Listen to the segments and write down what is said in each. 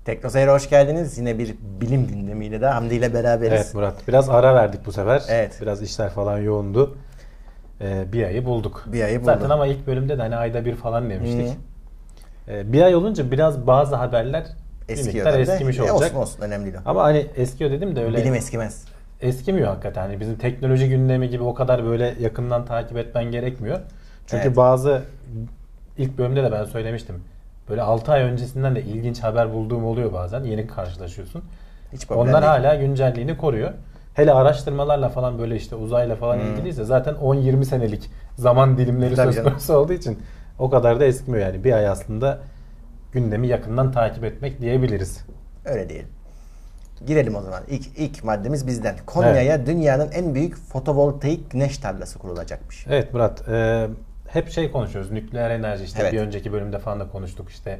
Teknoseyir'e hoş geldiniz. Yine bir bilim gündemiyle de Hamdi ile beraberiz. Evet Murat. Biraz ara verdik bu sefer. Evet. Biraz işler falan yoğundu. Bir ayı bulduk. Bir ayı bulduk. Zaten ama ilk bölümde de hani ayda bir falan demiştik. Bir ay olunca biraz bazı haberler bir miktar eskimiş olacak. Olsun önemli değil. Ama hani eskiyor dedim de öyle. Bilim eskimez. Eskimiyor hakikaten. Hani bizim teknoloji gündemi gibi o kadar böyle yakından takip etmen gerekmiyor. Çünkü Evet. bazı ilk bölümde de ben söylemiştim. Böyle 6 ay öncesinden de ilginç haber bulduğum oluyor bazen. Yeni karşılaşıyorsun. Hiç problem Onlar değil. hala güncelliğini koruyor. Hele araştırmalarla falan böyle işte uzayla falan ilgiliyse zaten 10-20 senelik zaman dilimleri Tabii söz konusu olduğu için o kadar da eskimiyor yani. Bir ay aslında gündemi yakından takip etmek diyebiliriz. Öyle diyelim. Girelim o zaman. İlk maddemiz bizden. Konya'ya dünyanın en büyük fotovoltaik güneş tarlası kurulacakmış. Evet Murat. Hep şey konuşuyoruz. Nükleer enerji işte Evet. bir önceki bölümde falan da konuştuk işte.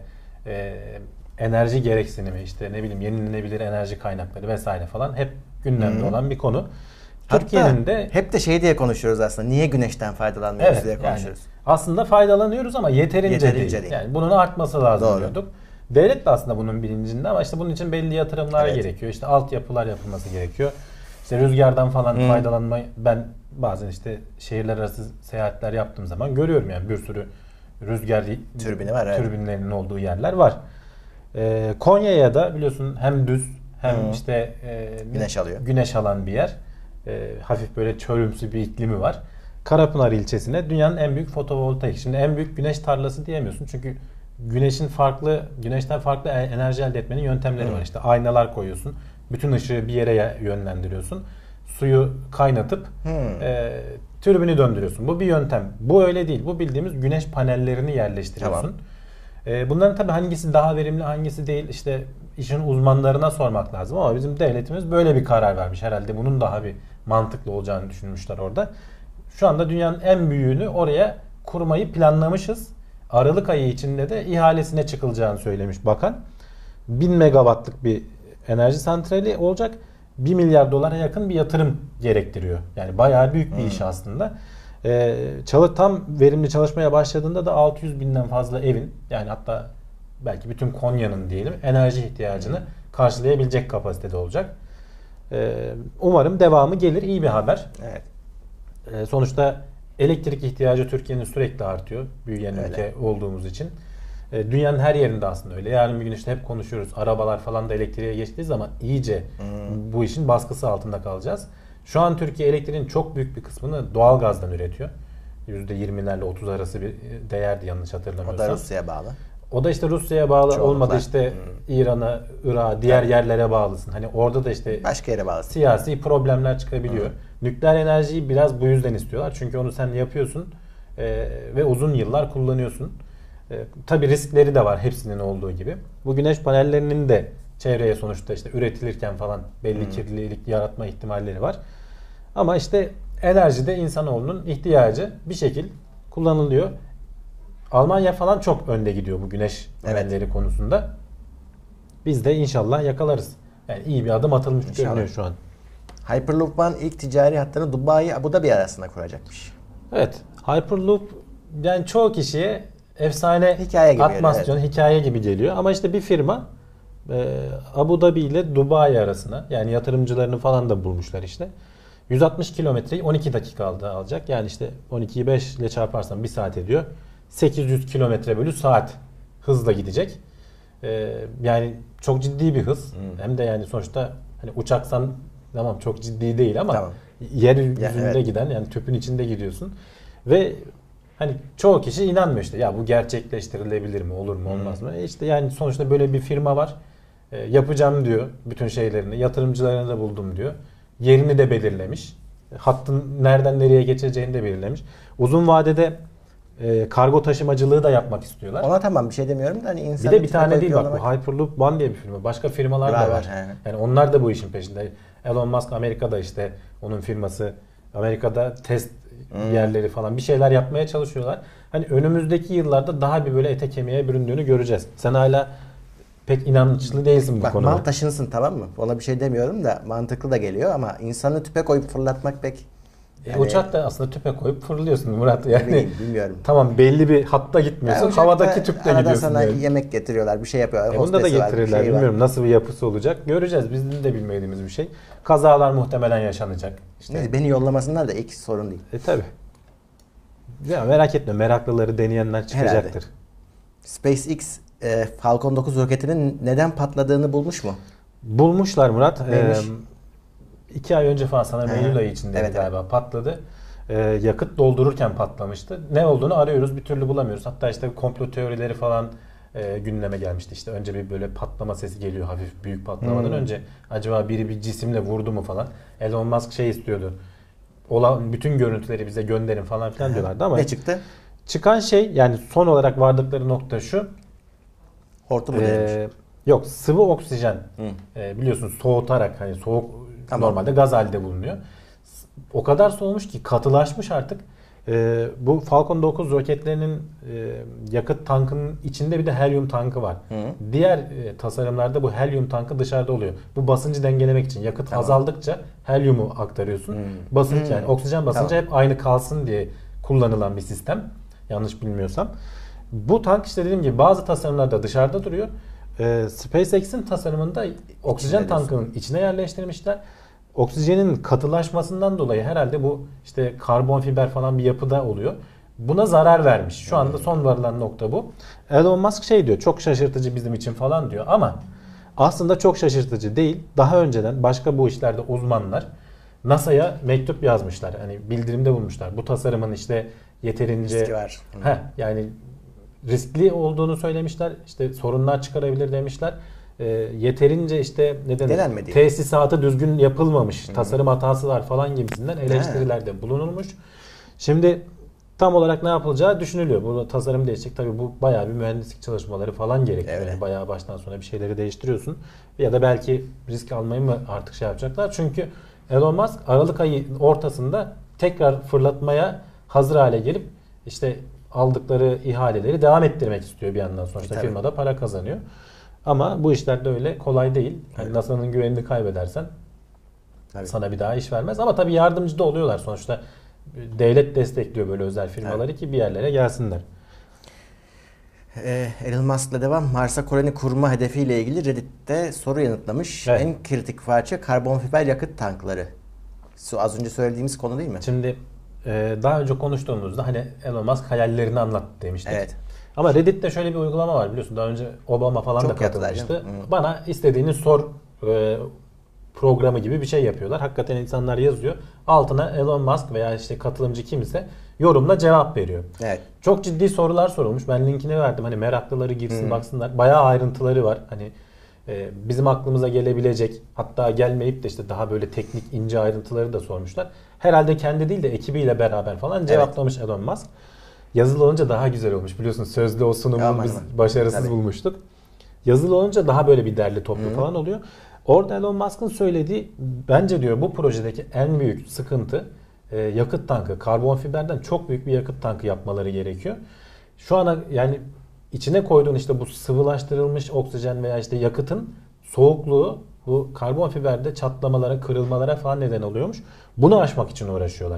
Enerji gereksinimi işte ne bileyim yenilenebilir enerji kaynakları vesaire falan hep gündemde olan bir konu. Türkiye'nin de hep de şey diye konuşuyoruz aslında. Niye güneşten faydalanmıyoruz diye konuşuyoruz. Yani aslında faydalanıyoruz ama yeterince değil. Yani bunun artması lazım diyorduk. Devlet de aslında bunun bilincinde ama işte bunun için belli yatırımlar gerekiyor. İşte altyapılar yapılması gerekiyor. İşte rüzgardan falan faydalanmayı ben bazen işte şehirler arası seyahatler yaptığım zaman görüyorum yani bir sürü rüzgar türbini var, türbinlerinin olduğu yerler var. Konya'ya da biliyorsun hem düz hem işte güneş alan bir yer. Hafif böyle çölümsü bir iklimi var. Karapınar ilçesine dünyanın en büyük fotovoltaik. Şimdi en büyük güneş tarlası diyemiyorsun çünkü güneşten farklı enerji elde etmenin yöntemleri var. İşte aynalar koyuyorsun. Bütün ışığı bir yere yönlendiriyorsun. Suyu kaynatıp türbini döndürüyorsun. Bu bir yöntem. Bu öyle değil. Bu bildiğimiz güneş panellerini yerleştiriyorsun. Bunların tabii hangisi daha verimli hangisi değil işte işin uzmanlarına sormak lazım ama bizim devletimiz böyle bir karar vermiş. Herhalde bunun daha bir mantıklı olacağını düşünmüşler orada. Şu anda dünyanın en büyüğünü oraya kurmayı planlamışız. Aralık ayı içinde de ihalesine çıkılacağını söylemiş bakan. 1000 megawattlık bir enerji santrali olacak. 1 milyar dolara yakın bir yatırım gerektiriyor. Yani bayağı büyük bir iş aslında. Tam verimli çalışmaya başladığında da 600 binden fazla evin yani hatta belki bütün Konya'nın diyelim enerji ihtiyacını karşılayabilecek kapasitede olacak. Umarım devamı gelir. İyi bir haber. Evet. Sonuçta elektrik ihtiyacı Türkiye'nin sürekli artıyor. Büyüyen ülke olduğumuz için. Dünyanın her yerinde aslında öyle. Yarın bir gün işte hep konuşuyoruz. Arabalar falan da elektriğe geçtiği zaman iyice bu işin baskısı altında kalacağız. Şu an Türkiye elektriğin çok büyük bir kısmını doğal gazdan üretiyor. %20'lerle 30 arası bir değerdi yanlış hatırlamıyorsam. O da Rusya'ya bağlı. O da işte Rusya'ya bağlı olmadı işte İran'a, Irak'a, diğer yerlere bağlısın. Hani orada da işte başka yere bağlısın. Siyasi problemler çıkabiliyor. Nükleer enerjiyi biraz bu yüzden istiyorlar. Çünkü onu sen yapıyorsun ve uzun yıllar kullanıyorsun. Tabii riskleri de var hepsinin olduğu gibi. Bu güneş panellerinin de çevreye sonuçta işte üretilirken falan belli kirlilik yaratma ihtimalleri var. Ama işte enerjide insanoğlunun ihtiyacı bir şekil kullanılıyor. Almanya falan çok önde gidiyor bu güneş panelleri konusunda. Biz de inşallah yakalarız. Yani iyi bir adım atılmış görünüyor şu an. Hyperloop One ilk ticari hattını Dubai, Abu Dhabi arasında kuracakmış. Evet. Hyperloop yani çoğu kişiye efsane atmasyon, hikaye gibi geliyor. Ama işte bir firma Abu Dhabi ile Dubai arasına yani yatırımcılarını falan da bulmuşlar işte. 160 kilometreyi 12 dakikada alacak. Yani işte 12'yi 5 ile çarparsan 1 saat ediyor. 800 kilometre bölü saat hızla gidecek. Yani çok ciddi bir hız. Hem de yani sonuçta hani uçaksan tamam çok ciddi değil ama yeryüzünde giden yani tüpün içinde gidiyorsun. Ve hani çoğu kişi inanmıyor işte ya bu gerçekleştirilebilir mi olur mu olmaz mı? İşte yani sonuçta böyle bir firma var. Yapacağım diyor bütün şeylerini. Yatırımcılarını da buldum diyor. Yerini de belirlemiş. Hattın nereden nereye geçeceğini de belirlemiş. Uzun vadede kargo taşımacılığı da yapmak istiyorlar. Ona tamam bir şey demiyorum da hani bir de bir tane değil bak bu Hyperloop One diye bir firma. Başka firmalar da var. Yani onlar da bu işin peşinde. Elon Musk Amerika'da işte onun firması Amerika'da test yerleri falan bir şeyler yapmaya çalışıyorlar. Hani önümüzdeki yıllarda daha bir böyle ete kemiğe büründüğünü göreceğiz. Sen hala pek inançlı değilsin bu konuda. Mal taşınsın tamam mı? Ona bir şey demiyorum da mantıklı da geliyor ama insanı tüpe koyup fırlatmak pek Uçak da aslında tüpe koyup fırlıyorsun Murat. Yani bilmiyorum. Tamam, belli bir hatta gitmiyorsun. Havadaki tüpte gidiyorsun. Sana yani. yemek getiriyorlar, bir şey yapıyorlar. Bunda da getirirler. Şey bilmiyorum nasıl bir yapısı olacak. Göreceğiz. Bizim de bilmediğimiz bir şey. Kazalar muhtemelen yaşanacak. İşte beni yollamasınlar da ilk sorun değil. Tabii. Ya merak etme. Meraklıları deneyenler çıkacaktır. Herhalde. SpaceX Falcon 9 roketinin neden patladığını bulmuş mu? Bulmuşlar Murat. 2 ay önce falan sanırım Eylül ayı içinde galiba patladı. Yakıt doldururken patlamıştı. Ne olduğunu arıyoruz, bir türlü bulamıyoruz. Hatta işte komplo teorileri falan gündeme gelmişti. İşte önce bir böyle patlama sesi geliyor, hafif büyük patlamadan önce. Acaba biri bir cisimle vurdu mu falan. Elon Musk şey istiyordu. Olan bütün görüntüleri bize gönderin falan filan diyorlardı ama. Ne çıktı? Çıkan şey, yani son olarak vardıkları nokta şu. Hortum mu denilmiş? Yok, sıvı oksijen. Biliyorsun soğutarak, hani soğuk normalde gaz halinde bulunuyor. O kadar soğumuş ki katılaşmış artık. Bu Falcon 9 roketlerinin yakıt tankının içinde bir de helyum tankı var. Diğer tasarımlarda bu helyum tankı dışarıda oluyor. Bu basıncı dengelemek için yakıt azaldıkça helyumu aktarıyorsun. Basınç yani oksijen basıncı hep aynı kalsın diye kullanılan bir sistem. Yanlış bilmiyorsam. Bu tank işte dediğim gibi bazı tasarımlarda dışarıda duruyor. SpaceX'in tasarımında oksijen tankının içine yerleştirmişler. Oksijenin katılaşmasından dolayı herhalde bu işte karbon fiber falan bir yapıda oluyor. Buna zarar vermiş. Şu anda son varılan nokta bu. Elon Musk şey diyor, çok şaşırtıcı bizim için falan diyor ama aslında çok şaşırtıcı değil. Daha önceden başka bu işlerde uzmanlar NASA'ya mektup yazmışlar. Hani bildirimde bulmuşlar. Bu tasarımın işte yeterince riski var. Yani riskli olduğunu söylemişler. İşte sorunlar çıkarabilir demişler. Yeterince işte tesisatı düzgün yapılmamış, tasarım hatası var falan gibisinden eleştirilerde bulunulmuş. Şimdi tam olarak ne yapılacağı düşünülüyor. Burada tasarım değişecek. Tabii bu bayağı bir mühendislik çalışmaları falan gerekiyor. Evet. Yani bayağı baştan sona bir şeyleri değiştiriyorsun. Ya da belki risk almayı mı artık şey yapacaklar. Çünkü Elon Musk Aralık ayı ortasında tekrar fırlatmaya hazır hale gelip işte aldıkları ihaleleri devam ettirmek istiyor bir yandan. Sonuçta firmada para kazanıyor. Ama bu işler de öyle kolay değil. Yani NASA'nın güvenini kaybedersen sana bir daha iş vermez. Ama tabii yardımcı da oluyorlar. Sonuçta devlet destekliyor böyle özel firmaları ki bir yerlere gelsinler. Elon Musk'la devam. Mars'a koloni kurma hedefiyle ilgili Reddit'te soru yanıtlamış. Evet. En kritik parça karbon fiber yakıt tankları. Az önce söylediğimiz konu değil mi? Şimdi daha önce konuştuğumuzda hani Elon Musk hayallerini anlattı demiştik. Evet. Ama Reddit'te şöyle bir uygulama var biliyorsun. Daha önce Obama falan çok da katılmıştı. Bana istediğini sor programı gibi bir şey yapıyorlar. Hakikaten insanlar yazıyor. Altına Elon Musk veya işte katılımcı kimse yorumla cevap veriyor. Evet. Çok ciddi sorular sorulmuş. Ben linkini verdim. Hani meraklıları girsin baksınlar. Bayağı ayrıntıları var. Hani bizim aklımıza gelebilecek, hatta gelmeyip de işte daha böyle teknik ince ayrıntıları da sormuşlar. Herhalde kendi değil de ekibiyle beraber falan cevaplamış Elon Musk. Yazılı olunca daha güzel olmuş. Biliyorsun sözlü o sunumu biz başarısız bulmuştuk. Yazılı olunca daha böyle bir derli toplu falan oluyor. Orada Elon Musk'ın söylediği, bence diyor bu projedeki en büyük sıkıntı yakıt tankı. Karbon fiberden çok büyük bir yakıt tankı yapmaları gerekiyor. Şu ana yani içine koyduğun işte bu sıvılaştırılmış oksijen veya işte yakıtın soğukluğu bu karbon fiberde çatlamalara, kırılmalara falan neden oluyormuş. Bunu aşmak için uğraşıyorlar.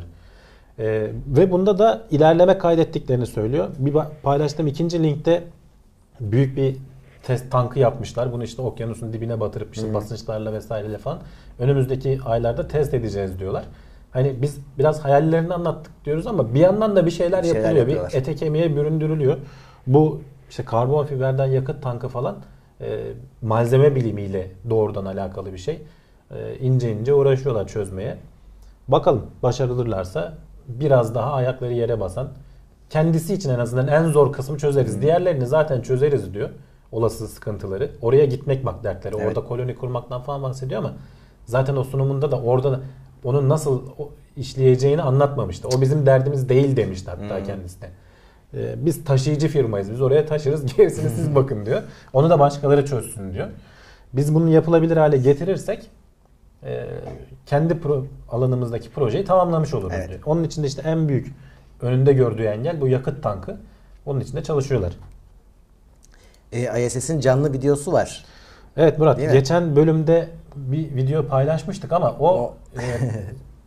Ve bunda da ilerleme kaydettiklerini söylüyor. Bir paylaştığım ikinci linkte büyük bir test tankı yapmışlar. Bunu işte okyanusun dibine batırıp işte basınçlarla vesaireyle falan önümüzdeki aylarda test edeceğiz diyorlar. Hani biz biraz hayallerini anlattık diyoruz ama bir yandan da bir şeyler yapılıyor. Bir ete kemiğe büründürülüyor. Bu işte karbon fiberden yakıt tankı falan malzeme bilimiyle doğrudan alakalı bir şey. İnce ince uğraşıyorlar çözmeye. Bakalım başarılırlarsa biraz daha ayakları yere basan, kendisi için en azından en zor kısmı çözeriz. Diğerlerini zaten çözeriz diyor. Olası sıkıntıları. Oraya gitmek bak dertleri. Evet. Orada koloni kurmaktan falan bahsediyor ama zaten o sunumunda da orada onun nasıl işleyeceğini anlatmamıştı. O bizim derdimiz değil demişti hatta kendisi de. Biz taşıyıcı firmayız. Biz oraya taşırız. Gerisini siz bakın diyor. Onu da başkaları çözsün diyor. Biz bunu yapılabilir hale getirirsek kendi alanımızdaki projeyi tamamlamış oluruz diyor. Onun için de işte en büyük önünde gördüğü engel bu yakıt tankı. Onun için de çalışıyorlar. ISS'in canlı videosu var. Evet Murat, geçen bölümde bir video paylaşmıştık ama o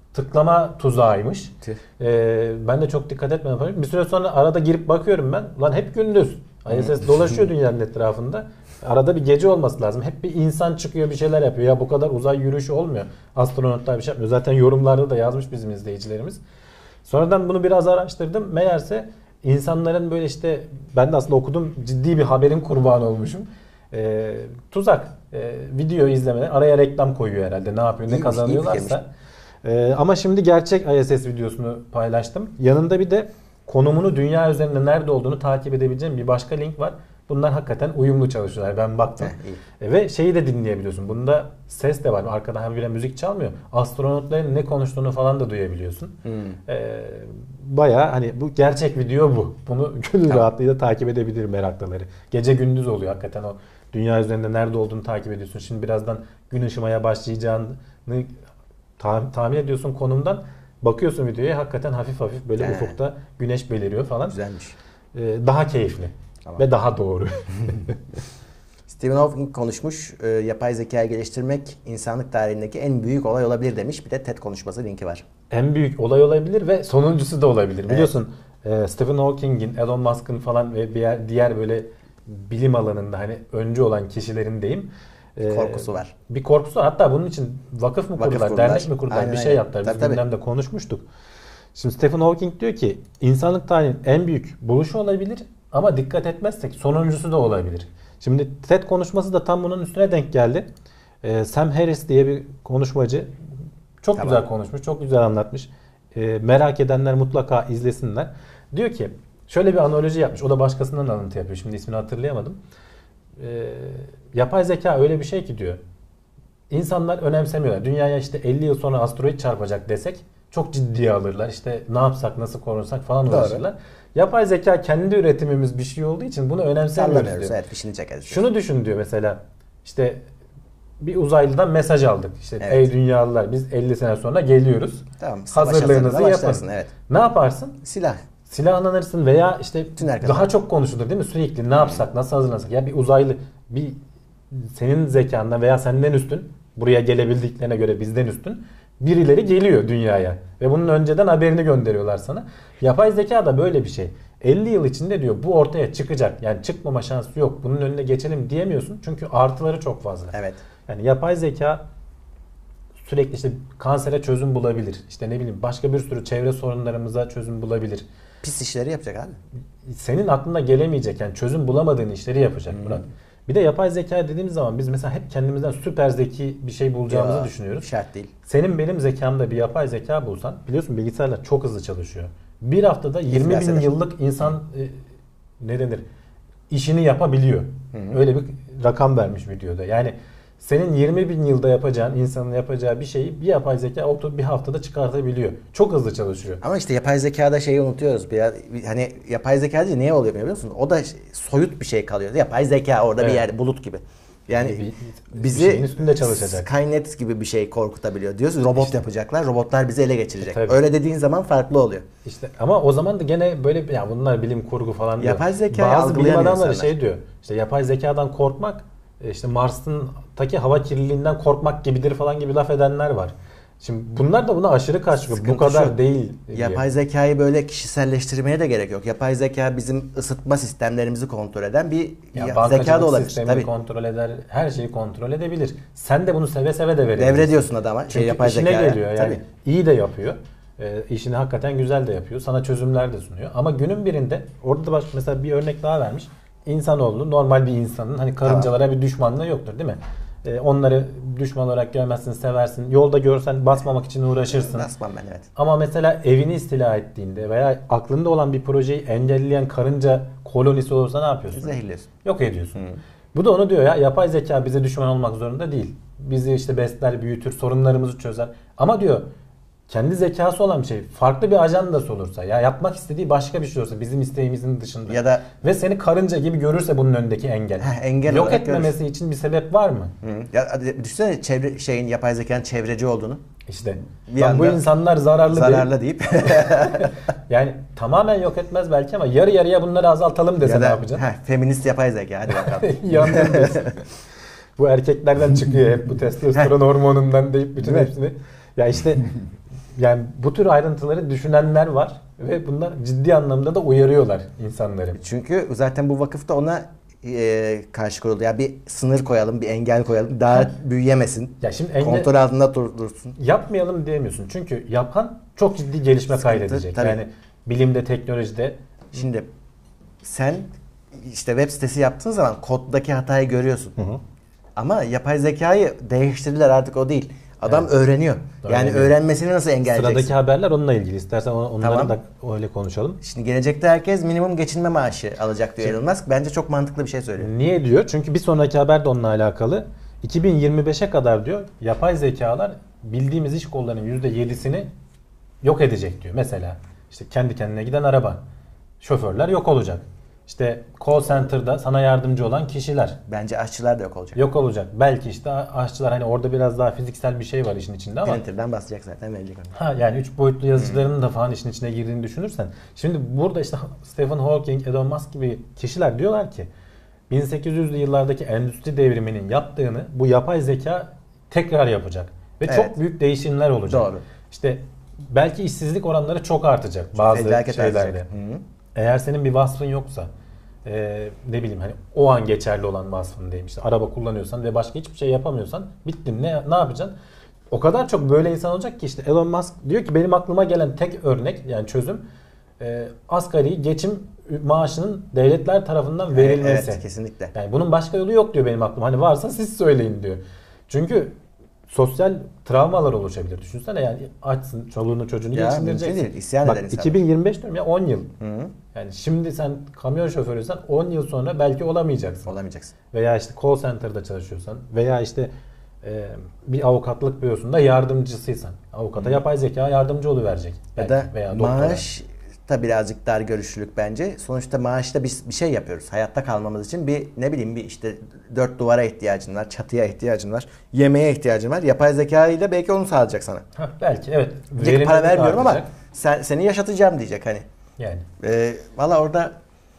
tıklama tuzağıymış. Ben de çok dikkat etmedim. Bir süre sonra arada girip bakıyorum ben. Lan hep gündüz. ISS dolaşıyor dünyanın etrafında. Arada bir gece olması lazım. Hep bir insan çıkıyor bir şeyler yapıyor. Ya bu kadar uzay yürüyüşü olmuyor. Astronotlar bir şey yapmıyor. Zaten yorumlarda da yazmış bizim izleyicilerimiz. Sonradan bunu biraz araştırdım. Meğerse insanların böyle işte ben de aslında okudum ciddi bir haberin kurbanı olmuşum. Tuzak video izlemeler araya reklam koyuyor herhalde. Ne yapıyor ne kazanıyorlarsa. Ama şimdi gerçek ISS videosunu paylaştım. Yanında bir de konumunu dünya üzerinde nerede olduğunu takip edebileceğim bir başka link var. Bunlar hakikaten uyumlu çalışıyorlar. Ben baktım. Ve şeyi de dinleyebiliyorsun. Bunda ses de var. Arkada habire müzik çalmıyor. Astronotların ne konuştuğunu falan da duyabiliyorsun. Bayağı hani bu gerçek video bu. Bunu gönül rahatlığıyla takip edebilir meraklıları. Gece gündüz oluyor. Hakikaten o dünya üzerinde nerede olduğunu takip ediyorsun. Şimdi birazdan gün ışımaya başlayacağını tahmin ediyorsun konumdan. Bakıyorsun videoya hakikaten hafif hafif böyle ufukta güneş beliriyor falan. Güzelmiş. Daha keyifli. Tamam. Ve daha doğru. Stephen Hawking konuşmuş. Yapay zekayı geliştirmek insanlık tarihindeki en büyük olay olabilir demiş. Bir de TED konuşması linki var. En büyük olay olabilir ve sonuncusu da olabilir. Evet. Biliyorsun Stephen Hawking'in, Elon Musk'ın falan ve diğer böyle bilim alanında hani öncü olan kişilerin deyim. Korkusu var. Bir korkusu. Hatta bunun için vakıf mı kurdular, dernek mi kurdular aynen, bir şey yaptılar. Biz gündemde konuşmuştuk. Şimdi Stephen Hawking diyor ki insanlık tarihinin en büyük buluşu olabilir ama dikkat etmezsek sonuncusu da olabilir. Şimdi TED konuşması da tam bunun üstüne denk geldi. Sam Harris diye bir konuşmacı çok güzel konuşmuş, çok güzel anlatmış. Merak edenler mutlaka izlesinler. Diyor ki şöyle bir analoji yapmış. O da başkasından alıntı yapıyor. Şimdi ismini hatırlayamadım. Yapay zeka öyle bir şey ki diyor. İnsanlar önemsemiyorlar. Dünyaya işte 50 yıl sonra asteroid çarpacak desek çok ciddiye alırlar. İşte ne yapsak, nasıl korunsak falan uğraşırlar. Yapay zeka kendi üretimimiz bir şey olduğu için bunu önemsemiyoruz diyor. Evet, fişini çekeriz. Şunu düşün diyor mesela. İşte bir uzaylıdan mesaj aldık. İşte ey dünyalılar biz 50 sene sonra geliyoruz. Tamam. Hazırlığınızı yapın. Evet. Ne yaparsın? Silahlanırsın veya işte daha çok konuşulur değil mi? Sürekli ne yapsak, nasıl hazırlansak? Ya bir uzaylı senin zekandan veya senden üstün buraya gelebildiklerine göre bizden üstün birileri geliyor dünyaya ve bunun önceden haberini gönderiyorlar sana. Yapay zeka da böyle bir şey. 50 yıl içinde diyor bu ortaya çıkacak. Yani çıkmama şansı yok. Bunun önüne geçelim diyemiyorsun. Çünkü artıları çok fazla. Evet. Yani yapay zeka sürekli işte kansere çözüm bulabilir. İşte ne bileyim başka bir sürü çevre sorunlarımıza çözüm bulabilir. Pis işleri yapacak abi. Senin aklına gelemeyecek yani çözüm bulamadığın işleri yapacak Murat. Bir de yapay zeka dediğimiz zaman biz mesela hep kendimizden süper zeki bir şey bulacağımızı düşünüyoruz. Şart değil. Senin benim zekamda bir yapay zeka bulsan biliyorsun bilgisayarlar çok hızlı çalışıyor. Bir haftada 20 bin yıllık insan ne denir işini yapabiliyor. Öyle bir rakam vermiş videoda. Yani senin 20 bin yılda yapacağın, insanın yapacağı bir şeyi bir yapay zeka bir haftada çıkartabiliyor. Çok hızlı çalışıyor. Ama işte yapay zekada şeyi unutuyoruz. Biraz, hani yapay zeka değil neye oluyor biliyor musun? O da soyut bir şey kalıyor. Yapay zeka orada bir yerde bulut gibi. Yani bizi üstünde çalışacak. Skynet gibi bir şey korkutabiliyor. Diyoruz robot yapacaklar. Robotlar bizi ele geçirecek. Öyle dediğin zaman farklı oluyor. İşte ama o zaman da gene böyle ya bunlar bilim kurgu falan diyor. Yapay zekayı bazı bilim adamları insanlar. şey diyor. İşte yapay zekadan korkmak işte Mars'taki hava kirliliğinden korkmak gibidir falan gibi laf edenler var. Şimdi bunlar da buna aşırı karşı. Bu kadar değil. Yapay zekayı böyle kişiselleştirmeye de gerek yok. Yapay zeka bizim ısıtma sistemlerimizi kontrol eden bir zeka da olabilir. Sistemi kontrol eder. Her şeyi kontrol edebilir. Sen de bunu seve seve de verebilirsin. Devrediyorsun adama. Yapay işine zekaya. geliyor yani. İyi de yapıyor. İşini hakikaten güzel de yapıyor. Sana çözümler de sunuyor. Ama günün birinde orada da mesela bir örnek daha vermiş. İnsanoğlu normal bir insanın hani karıncalara bir düşmanlığı yoktur değil mi? Onları düşman olarak görmezsin, seversin. Yolda görsen basmamak için uğraşırsın. Basmam ben evet. Ama mesela evini istila ettiğinde veya aklında olan bir projeyi engelleyen karınca kolonisi olursa ne yapıyorsun? Zehirliyorsun. Yok ediyorsun. Bu da onu diyor ya yapay zeka bize düşman olmak zorunda değil. Bizi işte besler, büyütür, sorunlarımızı çözer. Ama diyor kendi zekası olan bir şey farklı bir ajandası olursa ya yapmak istediği başka bir şey olursa bizim isteğimizin dışında ya da ve seni karınca gibi görürse bunun önündeki engel yok etmemesi için bir sebep var mı? Ya düşünsene yapay zekanın çevreci olduğunu. İşte bu insanlar zararlı deyip yani tamamen yok etmez belki ama yarı yarıya bunları azaltalım dese ne yapacaksın? Feminist yapay zeka hadi bakalım. Yandım diyorsun. Bu erkeklerden çıkıyor hep bu testosteron hormonundan deyip bütün hepsini. Ya işte Yani bu tür ayrıntıları düşünenler var ve bunlar ciddi anlamda da uyarıyorlar insanları. Çünkü zaten bu vakıf da ona karşı kuruldu. Ya bir sınır koyalım, bir engel koyalım. Daha büyüyemesin. Ya şimdi kontrol altında dursun. Yapmayalım diyemiyorsun. Çünkü yapan çok ciddi gelişme kaydedecek. Tabii. Yani bilimde, teknolojide. Şimdi sen işte web sitesi yaptığın zaman koddaki hatayı görüyorsun. Hı hı. Ama yapay zekayı değiştirdiler, artık o değil. Adam öğreniyor. Yani öğrenmesini nasıl engelleyeceksin? Sıradaki haberler onunla ilgili. İstersen onları da öyle konuşalım. Şimdi gelecekte herkes minimum geçinme maaşı alacak diyor Elon Musk. Bence çok mantıklı bir şey söylüyor. Niye diyor? Çünkü bir sonraki haber de onunla alakalı. 2025'e kadar diyor yapay zekalar bildiğimiz iş kollarının %7'sini yok edecek diyor. Mesela işte kendi kendine giden araba. Şoförler yok olacak. İşte call center'da sana yardımcı olan kişiler. Bence aşçılar da yok olacak. Yok olacak. Belki işte aşçılar, hani orada biraz daha fiziksel bir şey var işin içinde ama. Printer'dan basacak zaten, verecek onu. Yani 3 boyutlu yazıcıların da falan işin içine girdiğini düşünürsen. Şimdi burada işte Stephen Hawking, Elon Musk gibi kişiler diyorlar ki 1800'lü yıllardaki endüstri devriminin yaptığını bu yapay zeka tekrar yapacak. Ve çok büyük değişimler olacak. Doğru. İşte belki işsizlik oranları çok artacak bazı şeylerde. Eğer senin bir vasfın yoksa, ne bileyim hani o an geçerli olan vasfın diyeyim, işte araba kullanıyorsan ve başka hiçbir şey yapamıyorsan bittin, ne yapacaksın? O kadar çok böyle insan olacak ki işte Elon Musk diyor ki benim aklıma gelen tek örnek, yani çözüm, asgari geçim maaşının devletler tarafından verilmesi. Evet, kesinlikle. Yani bunun başka yolu yok diyor benim aklıma. Hani varsa siz söyleyin diyor. Çünkü sosyal travmalar oluşabilir. Düşünsene, yani açsın, çoluğunu çocuğunu geçindireceksin. İsyan bak eder insan. 2025 diyorum ya, 10 yıl. Hı-hı. Yani şimdi sen kamyon şoförüysen 10 yıl sonra belki olamayacaksın. Veya işte call center'da çalışıyorsan veya işte bir avukatlık bürosunda yardımcısıysan avukata yapay zeka yardımcı oluverecek. Ya da veya maaş da birazcık dar görüşlülük bence. Sonuçta maaşta bir şey yapıyoruz. Hayatta kalmamız için bir işte 4 duvara ihtiyacın var, çatıya ihtiyacın var, yemeğe ihtiyacın var. Yapay zeka ile belki onu sağlayacak sana. Belki evet. Diyecek para vermiyorum ama seni yaşatacağım diyecek hani. Yani. Valla orada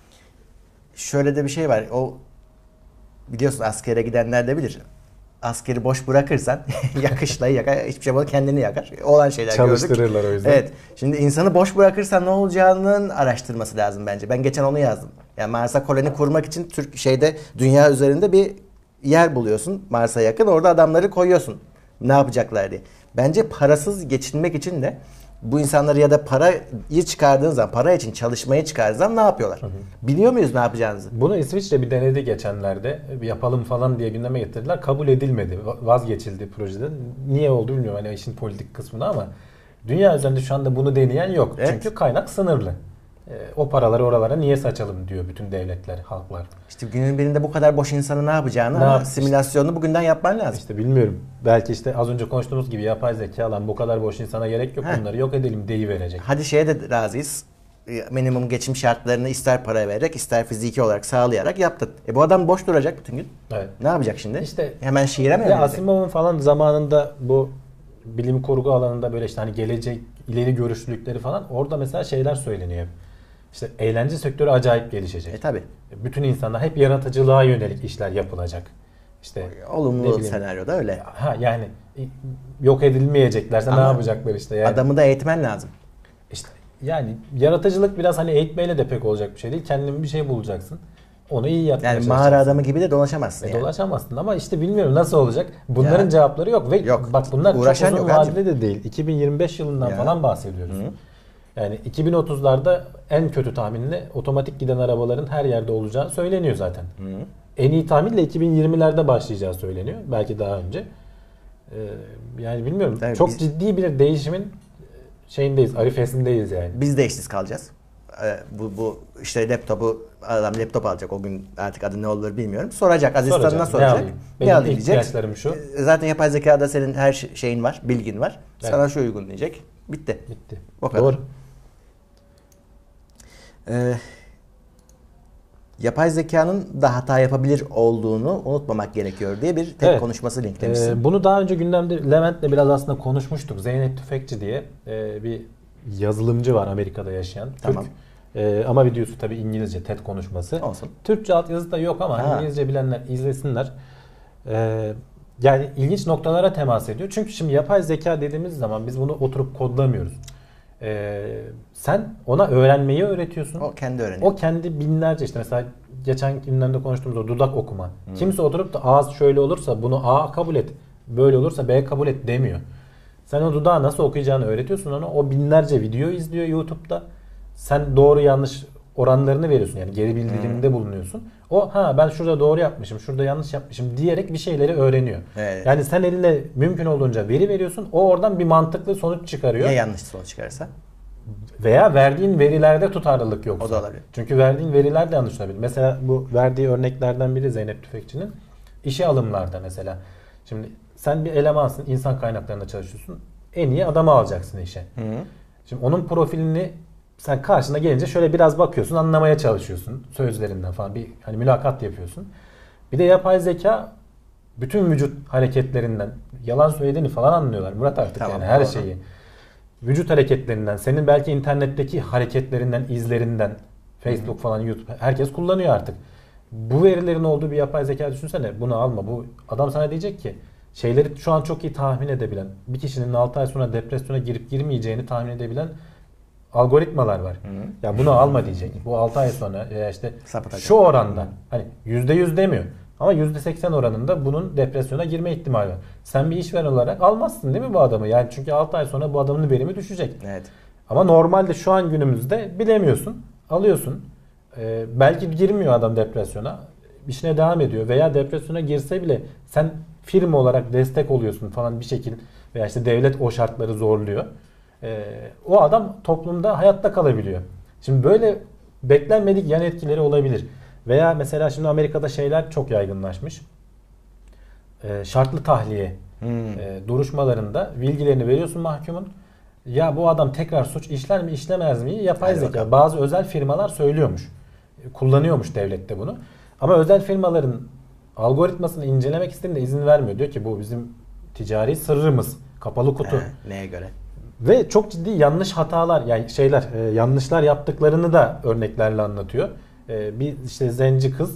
şöyle de bir şey var. O biliyorsun, askere gidenler de bilir. Askeri boş bırakırsan yakışlayı yakar, hiçbir şey olmaz, kendini yakar. Olan şeyler çalıştırırlar gördük. O yüzden. Evet. Şimdi insanı boş bırakırsan ne olacağının araştırması lazım bence. Ben geçen onu yazdım. Yani Mars'a koloni kurmak için dünya üzerinde bir yer buluyorsun. Mars'a yakın. Orada adamları koyuyorsun. Ne yapacaklar diye. Bence parasız geçinmek için de bu insanları, ya da parayı çıkardığın zaman, para için çalışmayı çıkardığın zaman ne yapıyorlar? Hı hı. Biliyor muyuz ne yapacağınızı? Bunu İsviçre bir denedi geçenlerde. Yapalım falan diye gündeme getirdiler. Kabul edilmedi. Vazgeçildi projeden. Niye oldu bilmiyorum. Hani işin politik kısmını, ama dünya üzerinde şu anda bunu deneyen yok. Evet. Çünkü kaynak sınırlı. O paraları oralara niye saçalım diyor bütün devletler, halklar. İşte günün birinde bu kadar boş insanı ne yapacağını, simülasyonunu bugünden yapman lazım. İşte bilmiyorum. Belki işte az önce konuştuğumuz gibi yapay zeka lan bu kadar boş insana gerek yok, onları yok edelim deyiverecek. Hadi şeye de razıyız. Minimum geçim şartlarını ister para vererek ister fiziki olarak sağlayarak yaptın. Bu adam boş duracak bütün gün. Evet. Ne yapacak şimdi? İşte hemen şiire mi? Asimov'un falan zamanında bu bilim kurgu alanında böyle işte hani gelecek ileri görüşlülükleri falan, orada mesela şeyler söyleniyor. İşte eğlence sektörü acayip gelişecek. Tabii. Bütün insanlar hep yaratıcılığa yönelik işler yapılacak. İşte olumlu senaryoda öyle. Yani yok edilmeyeceklerse ne yapacaklar işte yani. Adamı da eğitmen lazım. İşte yani yaratıcılık biraz hani eğitmeyle de pek olacak bir şey değil. Kendin bir şey bulacaksın. Onu iyi yapmaya çalışacaksın. Yani mağara adamı gibi de dolaşamazsın yani. Dolaşamazsın ama işte bilmiyorum nasıl olacak. Bunların cevapları yok ve bak bunlar çok uzun vadede de değil. 2025 yılından falan bahsediyoruz. Hı. Yani 2030'larda en kötü tahminle otomatik giden arabaların her yerde olacağı söyleniyor zaten. Hı. En iyi tahminle 2020'lerde başlayacağı söyleniyor. Belki daha önce. Yani bilmiyorum. Tabii çok ciddi bir değişimin şeyindeyiz, arifesindeyiz yani. Biz de işsiz kalacağız. Bu işte adam laptop alacak, o gün artık adı ne olur bilmiyorum. Soracak, asistanına soracak. Ne alayım ihtiyaçlarım şu. Zaten yapay zekada senin her şeyin var, bilgin var. Evet. Sana şu uygun diyecek. Bitti. O kadar. Doğru. Yapay zekanın da hata yapabilir olduğunu unutmamak gerekiyor diye bir TED konuşması linklemişsin. Bunu daha önce gündemde Levent'le biraz aslında konuşmuştuk. Zeynep Tüfekçi diye bir yazılımcı var Amerika'da yaşayan. Tamam. Türk. Ama videosu tabii İngilizce, TED konuşması. Olsun. Türkçe altyazısı da yok ama İngilizce bilenler izlesinler. Yani ilginç noktalara temas ediyor. Çünkü şimdi yapay zeka dediğimiz zaman biz bunu oturup kodlamıyoruz. Sen ona öğrenmeyi öğretiyorsun. O kendi öğreniyor. O kendi binlerce işte mesela geçen günlerde konuştuğumuz o dudak okuma. Kimse oturup da ağız şöyle olursa bunu A kabul et, böyle olursa B kabul et demiyor. Sen o dudağı nasıl okuyacağını öğretiyorsun ona. O binlerce video izliyor YouTube'da. Sen doğru yanlış oranlarını veriyorsun. Yani geri bildirimde bulunuyorsun. O ben şurada doğru yapmışım, şurada yanlış yapmışım diyerek bir şeyleri öğreniyor. Evet. Yani sen eline mümkün olduğunca veri veriyorsun. O oradan bir mantıklı sonuç çıkarıyor. Ya yanlış sonuç çıkarsa? Veya verdiğin verilerde tutarlılık yoksa. O da olabilir. Çünkü verdiğin veriler de yanlış olabilir. Mesela bu verdiği örneklerden biri Zeynep Tüfekçi'nin işe alımlarda mesela. Şimdi sen bir elemansın, insan kaynaklarında çalışıyorsun. En iyi adamı alacaksın işe. Şimdi onun profilini sen karşına gelince şöyle biraz bakıyorsun, anlamaya çalışıyorsun sözlerinden falan bir hani mülakat yapıyorsun. Bir de yapay zeka bütün vücut hareketlerinden yalan söylediğini falan anlıyorlar. Murat artık tamam, yani her doğru. şeyi. Vücut hareketlerinden, senin belki internetteki hareketlerinden, izlerinden, Facebook falan, YouTube herkes kullanıyor artık. Bu verilerin olduğu bir yapay zeka düşünsene. Bunu alma. Bu adam sana diyecek ki şeyleri şu an çok iyi tahmin edebilen, bir kişinin 6 ay sonra depresyona girip girmeyeceğini tahmin edebilen algoritmalar var. Ya bunu alma diyecek. Bu 6 ay sonra işte Sapıtacak. şu oranda hani %100 demiyor. Ama %80 oranında bunun depresyona girme ihtimali var. Sen bir işveren olarak almazsın değil mi bu adamı? Yani çünkü 6 ay sonra bu adamın verimi düşecek. Evet. Ama normalde şu an günümüzde bilemiyorsun. Alıyorsun. Belki girmiyor adam depresyona. İşine devam ediyor. Veya depresyona girse bile sen firma olarak destek oluyorsun falan bir şekilde. Veya işte devlet o şartları zorluyor. O adam toplumda hayatta kalabiliyor. Şimdi böyle beklenmedik yan etkileri olabilir. Veya mesela şimdi Amerika'da şeyler çok yaygınlaşmış. Şartlı tahliye duruşmalarında bilgilerini veriyorsun mahkumun. Ya bu adam tekrar suç işler mi işlemez mi? Yapay Hadi zeka. bakalım. Bazı özel firmalar söylüyormuş. Kullanıyormuş devlette bunu. Ama özel firmaların algoritmasını incelemek istediğinde izin vermiyor. Diyor ki bu bizim ticari sırrımız. Kapalı kutu. Neye göre? Ve çok ciddi yanlış hatalar yani yanlışlar yaptıklarını da örneklerle anlatıyor. Bir işte zenci kız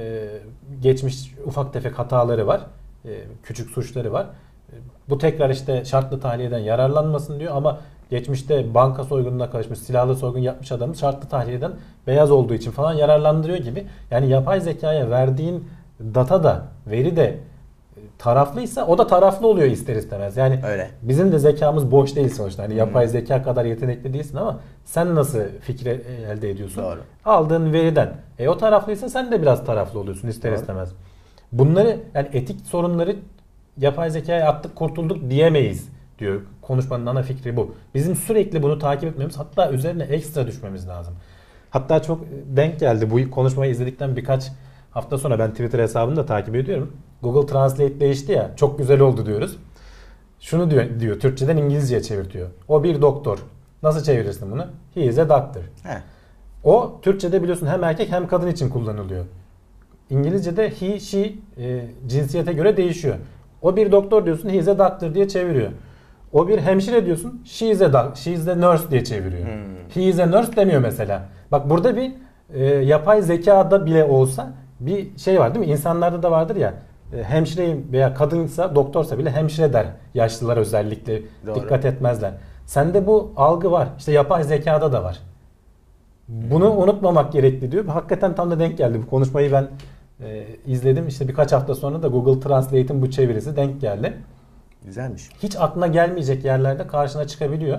geçmiş ufak tefek hataları var. Küçük suçları var. Bu tekrar işte şartlı tahliyeden yararlanmasın diyor ama geçmişte banka soygununa karışmış, silahlı soygun yapmış adamı şartlı tahliyeden beyaz olduğu için falan yararlandırıyor gibi. Yani yapay zekaya verdiğin data da, veri de taraflıysa o da taraflı oluyor ister istemez. Yani öyle. Bizim de zekamız boş değil sonuçta. Hani yapay zeka kadar yetenekli değilsin ama sen nasıl fikri elde ediyorsun? Doğru. Aldığın veriden. O taraflıysa sen de biraz taraflı oluyorsun ister istemez. Bunları yani etik sorunları yapay zekaya attık kurtulduk diyemeyiz diyor. Konuşmanın ana fikri bu. Bizim sürekli bunu takip etmemiz hatta üzerine ekstra düşmemiz lazım. Hatta çok denk geldi bu konuşmayı izledikten birkaç hafta sonra ben Twitter hesabını da takip ediyorum. Google Translate değişti ya çok güzel oldu diyoruz. Şunu diyor Türkçeden İngilizceye çevirtiyor. O bir doktor. Nasıl çevirirsin bunu? He is a doctor. O Türkçede biliyorsun hem erkek hem kadın için kullanılıyor. İngilizce'de he, she cinsiyete göre değişiyor. O bir doktor diyorsun he is a doctor diye çeviriyor. O bir hemşire diyorsun she is a nurse diye çeviriyor. He is a nurse demiyor mesela. Bak burada bir yapay zekada bile olsa bir şey var değil mi? İnsanlarda da vardır ya hemşireyim veya kadınsa doktorsa bile hemşire der. Yaşlılar özellikle Doğru. dikkat etmezler. Sende bu algı var. İşte yapay zekada da var. Bunu unutmamak gerekli diyor. Hakikaten tam da denk geldi. Bu konuşmayı ben izledim. İşte birkaç hafta sonra da Google Translate'in bu çevirisi denk geldi. Güzelmiş. Hiç aklına gelmeyecek yerlerde karşına çıkabiliyor.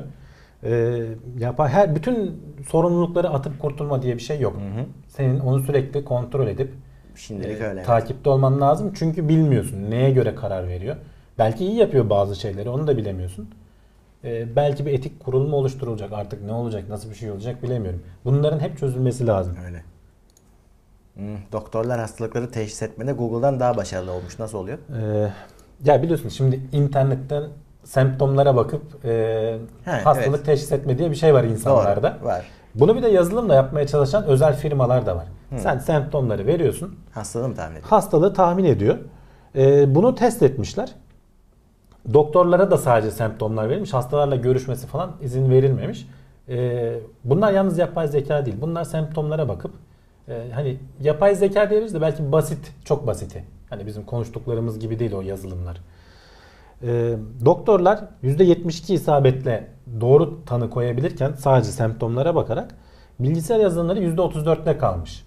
Bütün sorumlulukları atıp kurtulma diye bir şey yok. Senin onu sürekli kontrol edip Şimdilik öyle. takipte olman lazım. Çünkü bilmiyorsun neye göre karar veriyor. Belki iyi yapıyor bazı şeyleri. Onu da bilemiyorsun. Belki bir etik kurul mu oluşturulacak artık ne olacak nasıl bir şey olacak bilemiyorum. Bunların hep çözülmesi lazım. Öyle. Doktorlar hastalıkları teşhis etmede Google'dan daha başarılı olmuş. Nasıl oluyor? Ya biliyorsun şimdi internetten semptomlara bakıp hastalık teşhis etme diye bir şey var insanlarda. Doğru, var. Bunu bir de yazılımla yapmaya çalışan özel firmalar da var. Sen semptomları veriyorsun. Hastalığı mı tahmin ediyor? Hastalığı tahmin ediyor. Bunu test etmişler. Doktorlara da sadece semptomlar verilmiş. Hastalarla görüşmesi falan izin verilmemiş. Bunlar yalnız yapay zeka değil. Bunlar semptomlara bakıp hani yapay zeka diyoruz da belki basit, çok basiti. Hani bizim konuştuklarımız gibi değil o yazılımlar. Doktorlar %72 isabetle doğru tanı koyabilirken sadece semptomlara bakarak bilgisayar yazılımları %34'te kalmış.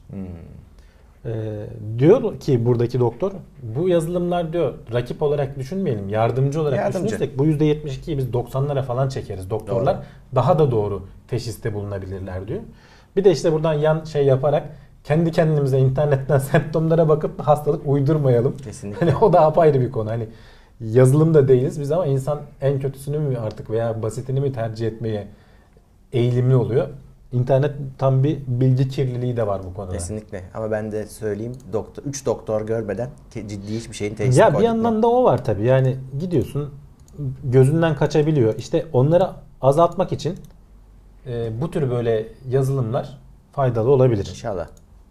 Diyor ki buradaki doktor, bu yazılımlar diyor rakip olarak düşünmeyelim, yardımcı olarak düşünürsek bu %72'yi biz 90'lara falan çekeriz. Doktorlar daha da doğru teşhiste bulunabilirler diyor. Bir de işte buradan yan şey yaparak kendi kendimize internetten semptomlara bakıp hastalık uydurmayalım. Kesinlikle. Hani o da apayrı bir konu. Hani yazılımda değiliz biz ama insan en kötüsünü mü artık veya basitini mi tercih etmeye eğilimli oluyor. İnternet tam bir bilgi kirliliği de var bu konuda. Kesinlikle. Ama ben de söyleyeyim 3 doktor görmeden ciddi hiçbir şeyin teşhisini koyduk. Ya bir yandan da o var tabii. Yani gidiyorsun gözünden kaçabiliyor. İşte onları azaltmak için bu tür böyle yazılımlar faydalı olabilir. İnşallah.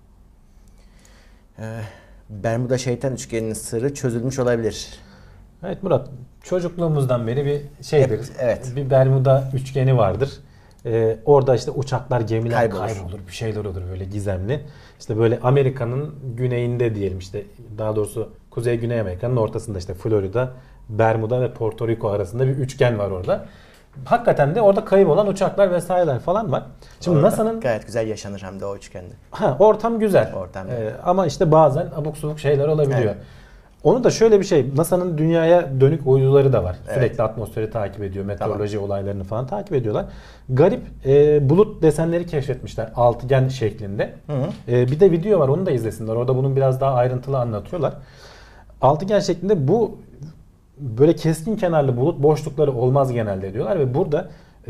Bermuda şeytan üçgeninin sırrı çözülmüş olabilir. Evet Murat, çocukluğumuzdan beri bir şeydir. Evet. Bir Bermuda üçgeni vardır. Orada işte uçaklar, gemiler kaybolur, bir şeyler olur böyle gizemli. İşte böyle Amerika'nın güneyinde diyelim, işte daha doğrusu Kuzey Güney Amerika'nın ortasında, işte Florida, Bermuda ve Porto Rico arasında bir üçgen var orada. Hakikaten de orada kayıp olan uçaklar vesaireler falan var. Şimdi NASA'nın gayet güzel yaşanır hem de o üçgende. Ortam güzel. Ortam. Ama işte bazen abuk subuk şeyler olabiliyor. Evet. Onu da şöyle bir şey, NASA'nın dünyaya dönük uyduları da var. Evet. Sürekli atmosferi takip ediyor, meteoroloji olaylarını falan takip ediyorlar. Garip bulut desenleri keşfetmişler altıgen şeklinde. Bir de video var, onu da izlesinler. Orada bunun biraz daha ayrıntılı anlatıyorlar. Altıgen şeklinde bu böyle keskin kenarlı bulut boşlukları olmaz genelde diyorlar ve burada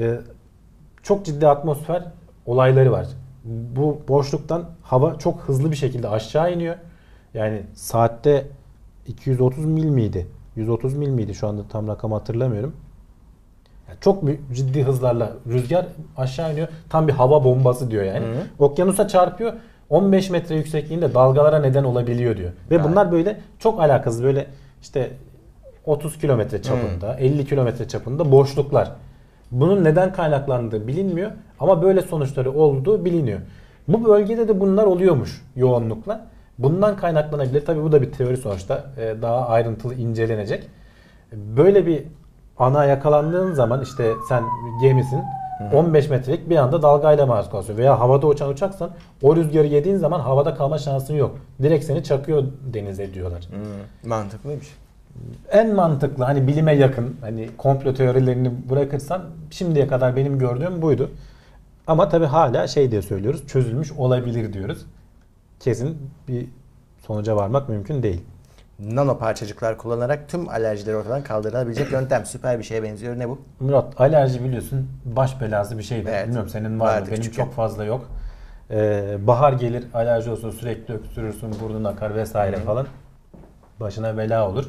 çok ciddi atmosfer olayları var. Bu boşluktan hava çok hızlı bir şekilde aşağı iniyor. Yani saatte 230 mil miydi? 130 mil miydi? Şu anda tam rakamı hatırlamıyorum. Yani çok ciddi hızlarla rüzgar aşağı iniyor. Tam bir hava bombası diyor yani. Okyanusa çarpıyor. 15 metre yüksekliğinde dalgalara neden olabiliyor diyor. Ve bunlar böyle çok alakasız, böyle işte 30 kilometre çapında, 50 kilometre çapında boşluklar. Bunun neden kaynaklandığı bilinmiyor ama böyle sonuçları olduğu biliniyor. Bu bölgede de bunlar oluyormuş yoğunlukla. Bundan kaynaklanabilir. Tabii bu da bir teori sonuçta. Daha ayrıntılı incelenecek. Böyle bir ana yakalandığın zaman, işte sen gemisin, 15 metrelik bir anda dalgayla maruz kalıyorsun. Veya havada uçan uçaksan o rüzgarı yediğin zaman havada kalma şansın yok. Direkt seni çakıyor denize diyorlar. Mantıklıymış. En mantıklı, hani bilime yakın, hani komplo teorilerini bırakırsan şimdiye kadar benim gördüğüm buydu. Ama tabii hala şey diye söylüyoruz, çözülmüş olabilir diyoruz. Kesin bir sonuca varmak mümkün değil. Nano parçacıklar kullanarak tüm alerjileri ortadan kaldırılabilecek yöntem. Süper bir şeye benziyor. Ne bu? Murat, alerji biliyorsun baş belası bir şeydir. Evet. Bilmiyorum senin var mı? Benim küçükken çok fazla yok. Bahar gelir, alerji olsun, sürekli öksürürsün, burnun akar vesaire falan. Başına bela olur.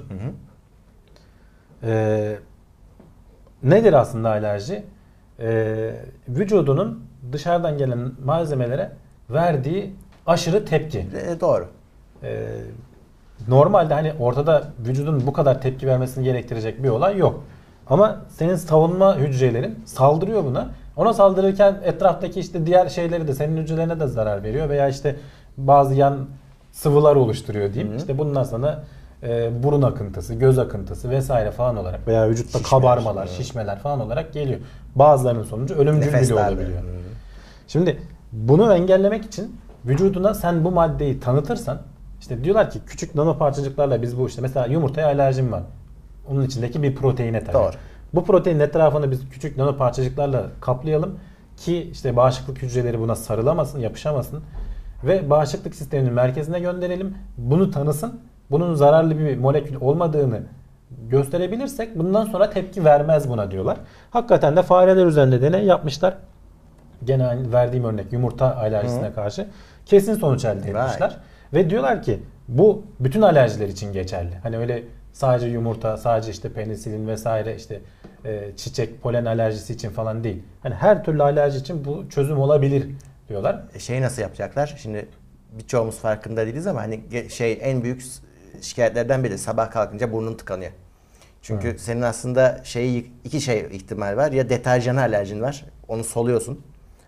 Nedir aslında alerji? Vücudunun dışarıdan gelen malzemelere verdiği aşırı tepki. Doğru. Normalde hani ortada vücudun bu kadar tepki vermesini gerektirecek bir olay yok. Ama senin savunma hücrelerin saldırıyor buna. Ona saldırırken etraftaki işte diğer şeyleri de, senin hücrelerine de zarar veriyor veya işte bazı yan sıvılar oluşturuyor diyeyim. İşte bundan sonra burun akıntısı, göz akıntısı vesaire falan olarak veya vücutta kabarmalar, şişmeler falan olarak geliyor. Bazılarının sonucu ölümcül bile olabiliyor. Şimdi bunu engellemek için vücuduna sen bu maddeyi tanıtırsan, işte diyorlar ki küçük nano parçacıklarla biz bu, işte mesela yumurtaya alerjim var. Onun içindeki bir proteine tabii. Doğru. Bu proteinin etrafını biz küçük nano parçacıklarla kaplayalım ki işte bağışıklık hücreleri buna sarılamasın, yapışamasın ve bağışıklık sisteminin merkezine gönderelim. Bunu tanısın. Bunun zararlı bir molekül olmadığını gösterebilirsek bundan sonra tepki vermez buna diyorlar. Hakikaten de fareler üzerinde deney yapmışlar. Gene verdiğim örnek yumurta alerjisine karşı kesin sonuç elde etmişler. Ve diyorlar ki bu bütün alerjiler için geçerli. Hani öyle sadece yumurta, sadece işte penisilin vesaire, işte çiçek, polen alerjisi için falan değil. Hani her türlü alerji için bu çözüm olabilir diyorlar. Şeyi nasıl yapacaklar? Şimdi birçoğumuz farkında değiliz ama hani en büyük şikayetlerden biri sabah kalkınca burnun tıkanıyor. Çünkü senin aslında iki ihtimal var. Ya deterjana alerjin var. Onu soluyorsun.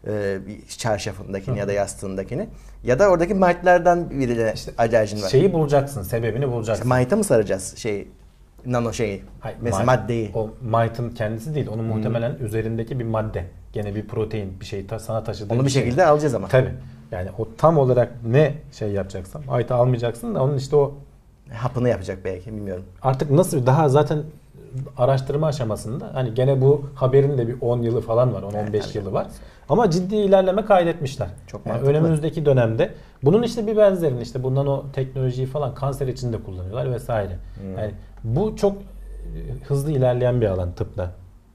Bir çarşafındakini ya da yastığındakini. Ya da oradaki mite'lerden birine işte alerjin var. Şeyi bulacaksın, sebebini bulacaksın. İşte mite'a mı saracağız nano şeyi? Hayır, mesela maddeyi. O mite'ın kendisi değil. Onun muhtemelen üzerindeki bir madde. Gene bir protein, bir şey sana taşıdığı onu bir şekilde alacağız ama. Tabii. Yani o tam olarak ne şey yapacaksan, mite'ı almayacaksın da onun işte o hapını yapacak belki, bilmiyorum. Artık nasıl, daha zaten araştırma aşamasında, hani gene bu haberin de bir 10 yılı falan var, 10-15 yılı var. Ama ciddi ilerleme kaydetmişler. Çok yani önümüzdeki dönemde bunun işte bir benzerini, işte bundan o teknolojiyi falan kanser için de kullanıyorlar vesaire. Yani bu çok hızlı ilerleyen bir alan tıpta.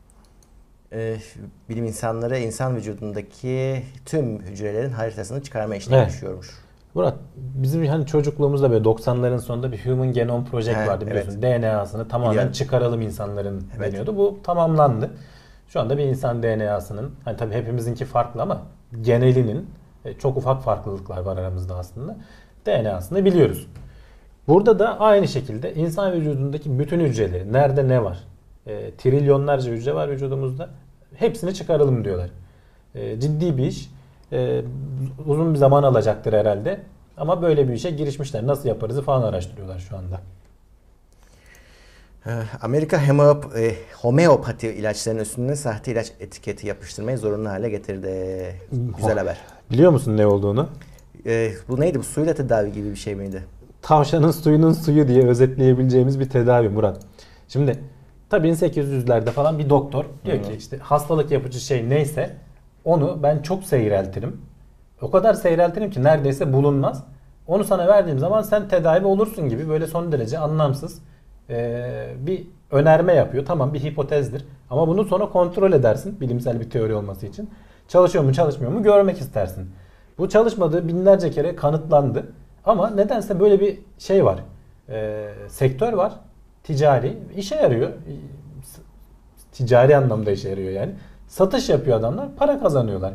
Bilim insanları insan vücudundaki tüm hücrelerin haritasını çıkarma işine düşüyormuş. Murat, bizim hani çocukluğumuzda böyle 90'ların sonunda bir Human Genome Project vardı biliyorsun. Evet. DNA'sını tamamen çıkaralım insanların deniyordu. Bu tamamlandı. Şu anda bir insan DNA'sının, hani tabii hepimizinki farklı ama genelinin çok ufak farklılıklar var aramızda aslında. DNA'sını biliyoruz. Burada da aynı şekilde insan vücudundaki bütün hücreleri, nerede ne var? Trilyonlarca hücre var vücudumuzda. Hepsini çıkaralım diyorlar. Ciddi bir iş. Uzun bir zaman alacaktır herhalde. Ama böyle bir işe girişmişler. Nasıl yaparızı falan araştırıyorlar şu anda. Amerika homeopati ilaçlarının üstüne sahte ilaç etiketi yapıştırmayı zorunlu hale getirdi. Güzel haber. Biliyor musun ne olduğunu? Bu neydi? Bu suyla tedavi gibi bir şey miydi? Tavşanın suyunun suyu diye özetleyebileceğimiz bir tedavi Murat. Şimdi tabii 1800'lerde falan bir doktor diyor ki işte hastalık yapıcı şey neyse onu ben çok seyreltirim. O kadar seyreltirim ki neredeyse bulunmaz. Onu sana verdiğim zaman sen tedavi olursun gibi böyle son derece anlamsız bir önerme yapıyor. Tamam, bir hipotezdir. Ama bunu sonra kontrol edersin bilimsel bir teori olması için. Çalışıyor mu çalışmıyor mu görmek istersin. Bu çalışmadığı binlerce kere kanıtlandı. Ama nedense böyle bir şey var. Sektör var. Ticari. İşe yarıyor. Ticari anlamda işe yarıyor yani. Satış yapıyor adamlar. Para kazanıyorlar.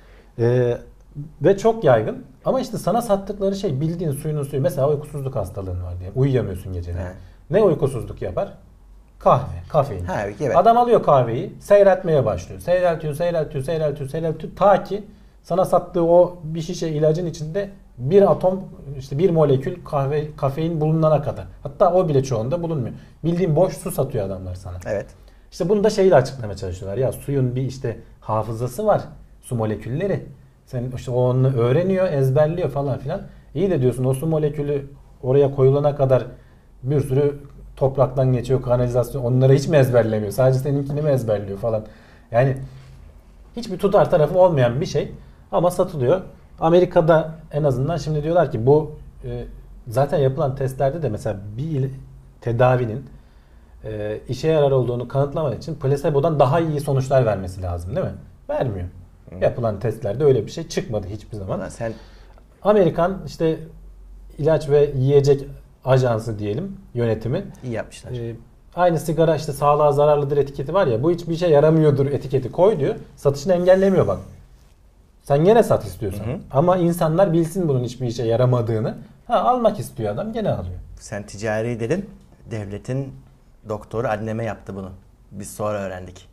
Ve çok yaygın. Ama işte sana sattıkları şey bildiğin suyunun suyu. Mesela uykusuzluk hastalığın var diye. Uyuyamıyorsun geceleri. Ne uykusuzluk yapar? Kahve, kafein. Evet. Adam alıyor kahveyi, seyreltmeye başlıyor. Seyreltiyor. Ta ki sana sattığı o bir şişe ilacın içinde bir atom, işte bir molekül kafein bulunana kadar. Hatta o bile çoğunda bulunmuyor. Bildiğin boş su satıyor adamlar sana. Evet. İşte bunu da şeyle açıklamaya çalışıyorlar. Ya suyun bir işte hafızası var. Su molekülleri. Sen işte o onu öğreniyor, ezberliyor falan filan. İyi de diyorsun o su molekülü oraya koyulana kadar bir sürü topraktan geçiyor, kanalizasyon. Onları hiç mi ezberlemiyor? Sadece seninkini mi ezberliyor falan. Yani hiçbir tutar tarafı olmayan bir şey ama satılıyor. Amerika'da en azından şimdi diyorlar ki bu zaten yapılan testlerde de mesela bir tedavinin işe yarar olduğunu kanıtlamak için plasebo'dan daha iyi sonuçlar vermesi lazım değil mi? Vermiyor. Yapılan testlerde öyle bir şey çıkmadı hiçbir zaman. Amerikan işte ilaç ve yiyecek ajansı diyelim, yönetimi. İyi yapmışlar. Aynı sigara işte sağlığa zararlıdır etiketi var ya, bu hiçbir şey yaramıyordur etiketi koy diyor. Satışını engellemiyor bak. Sen gene sat istiyorsan. Ama insanlar bilsin bunun hiçbir işe yaramadığını. Almak istiyor adam, gene alıyor. Sen ticari dedin. Devletin doktoru anneme yaptı bunu. Biz sonra öğrendik.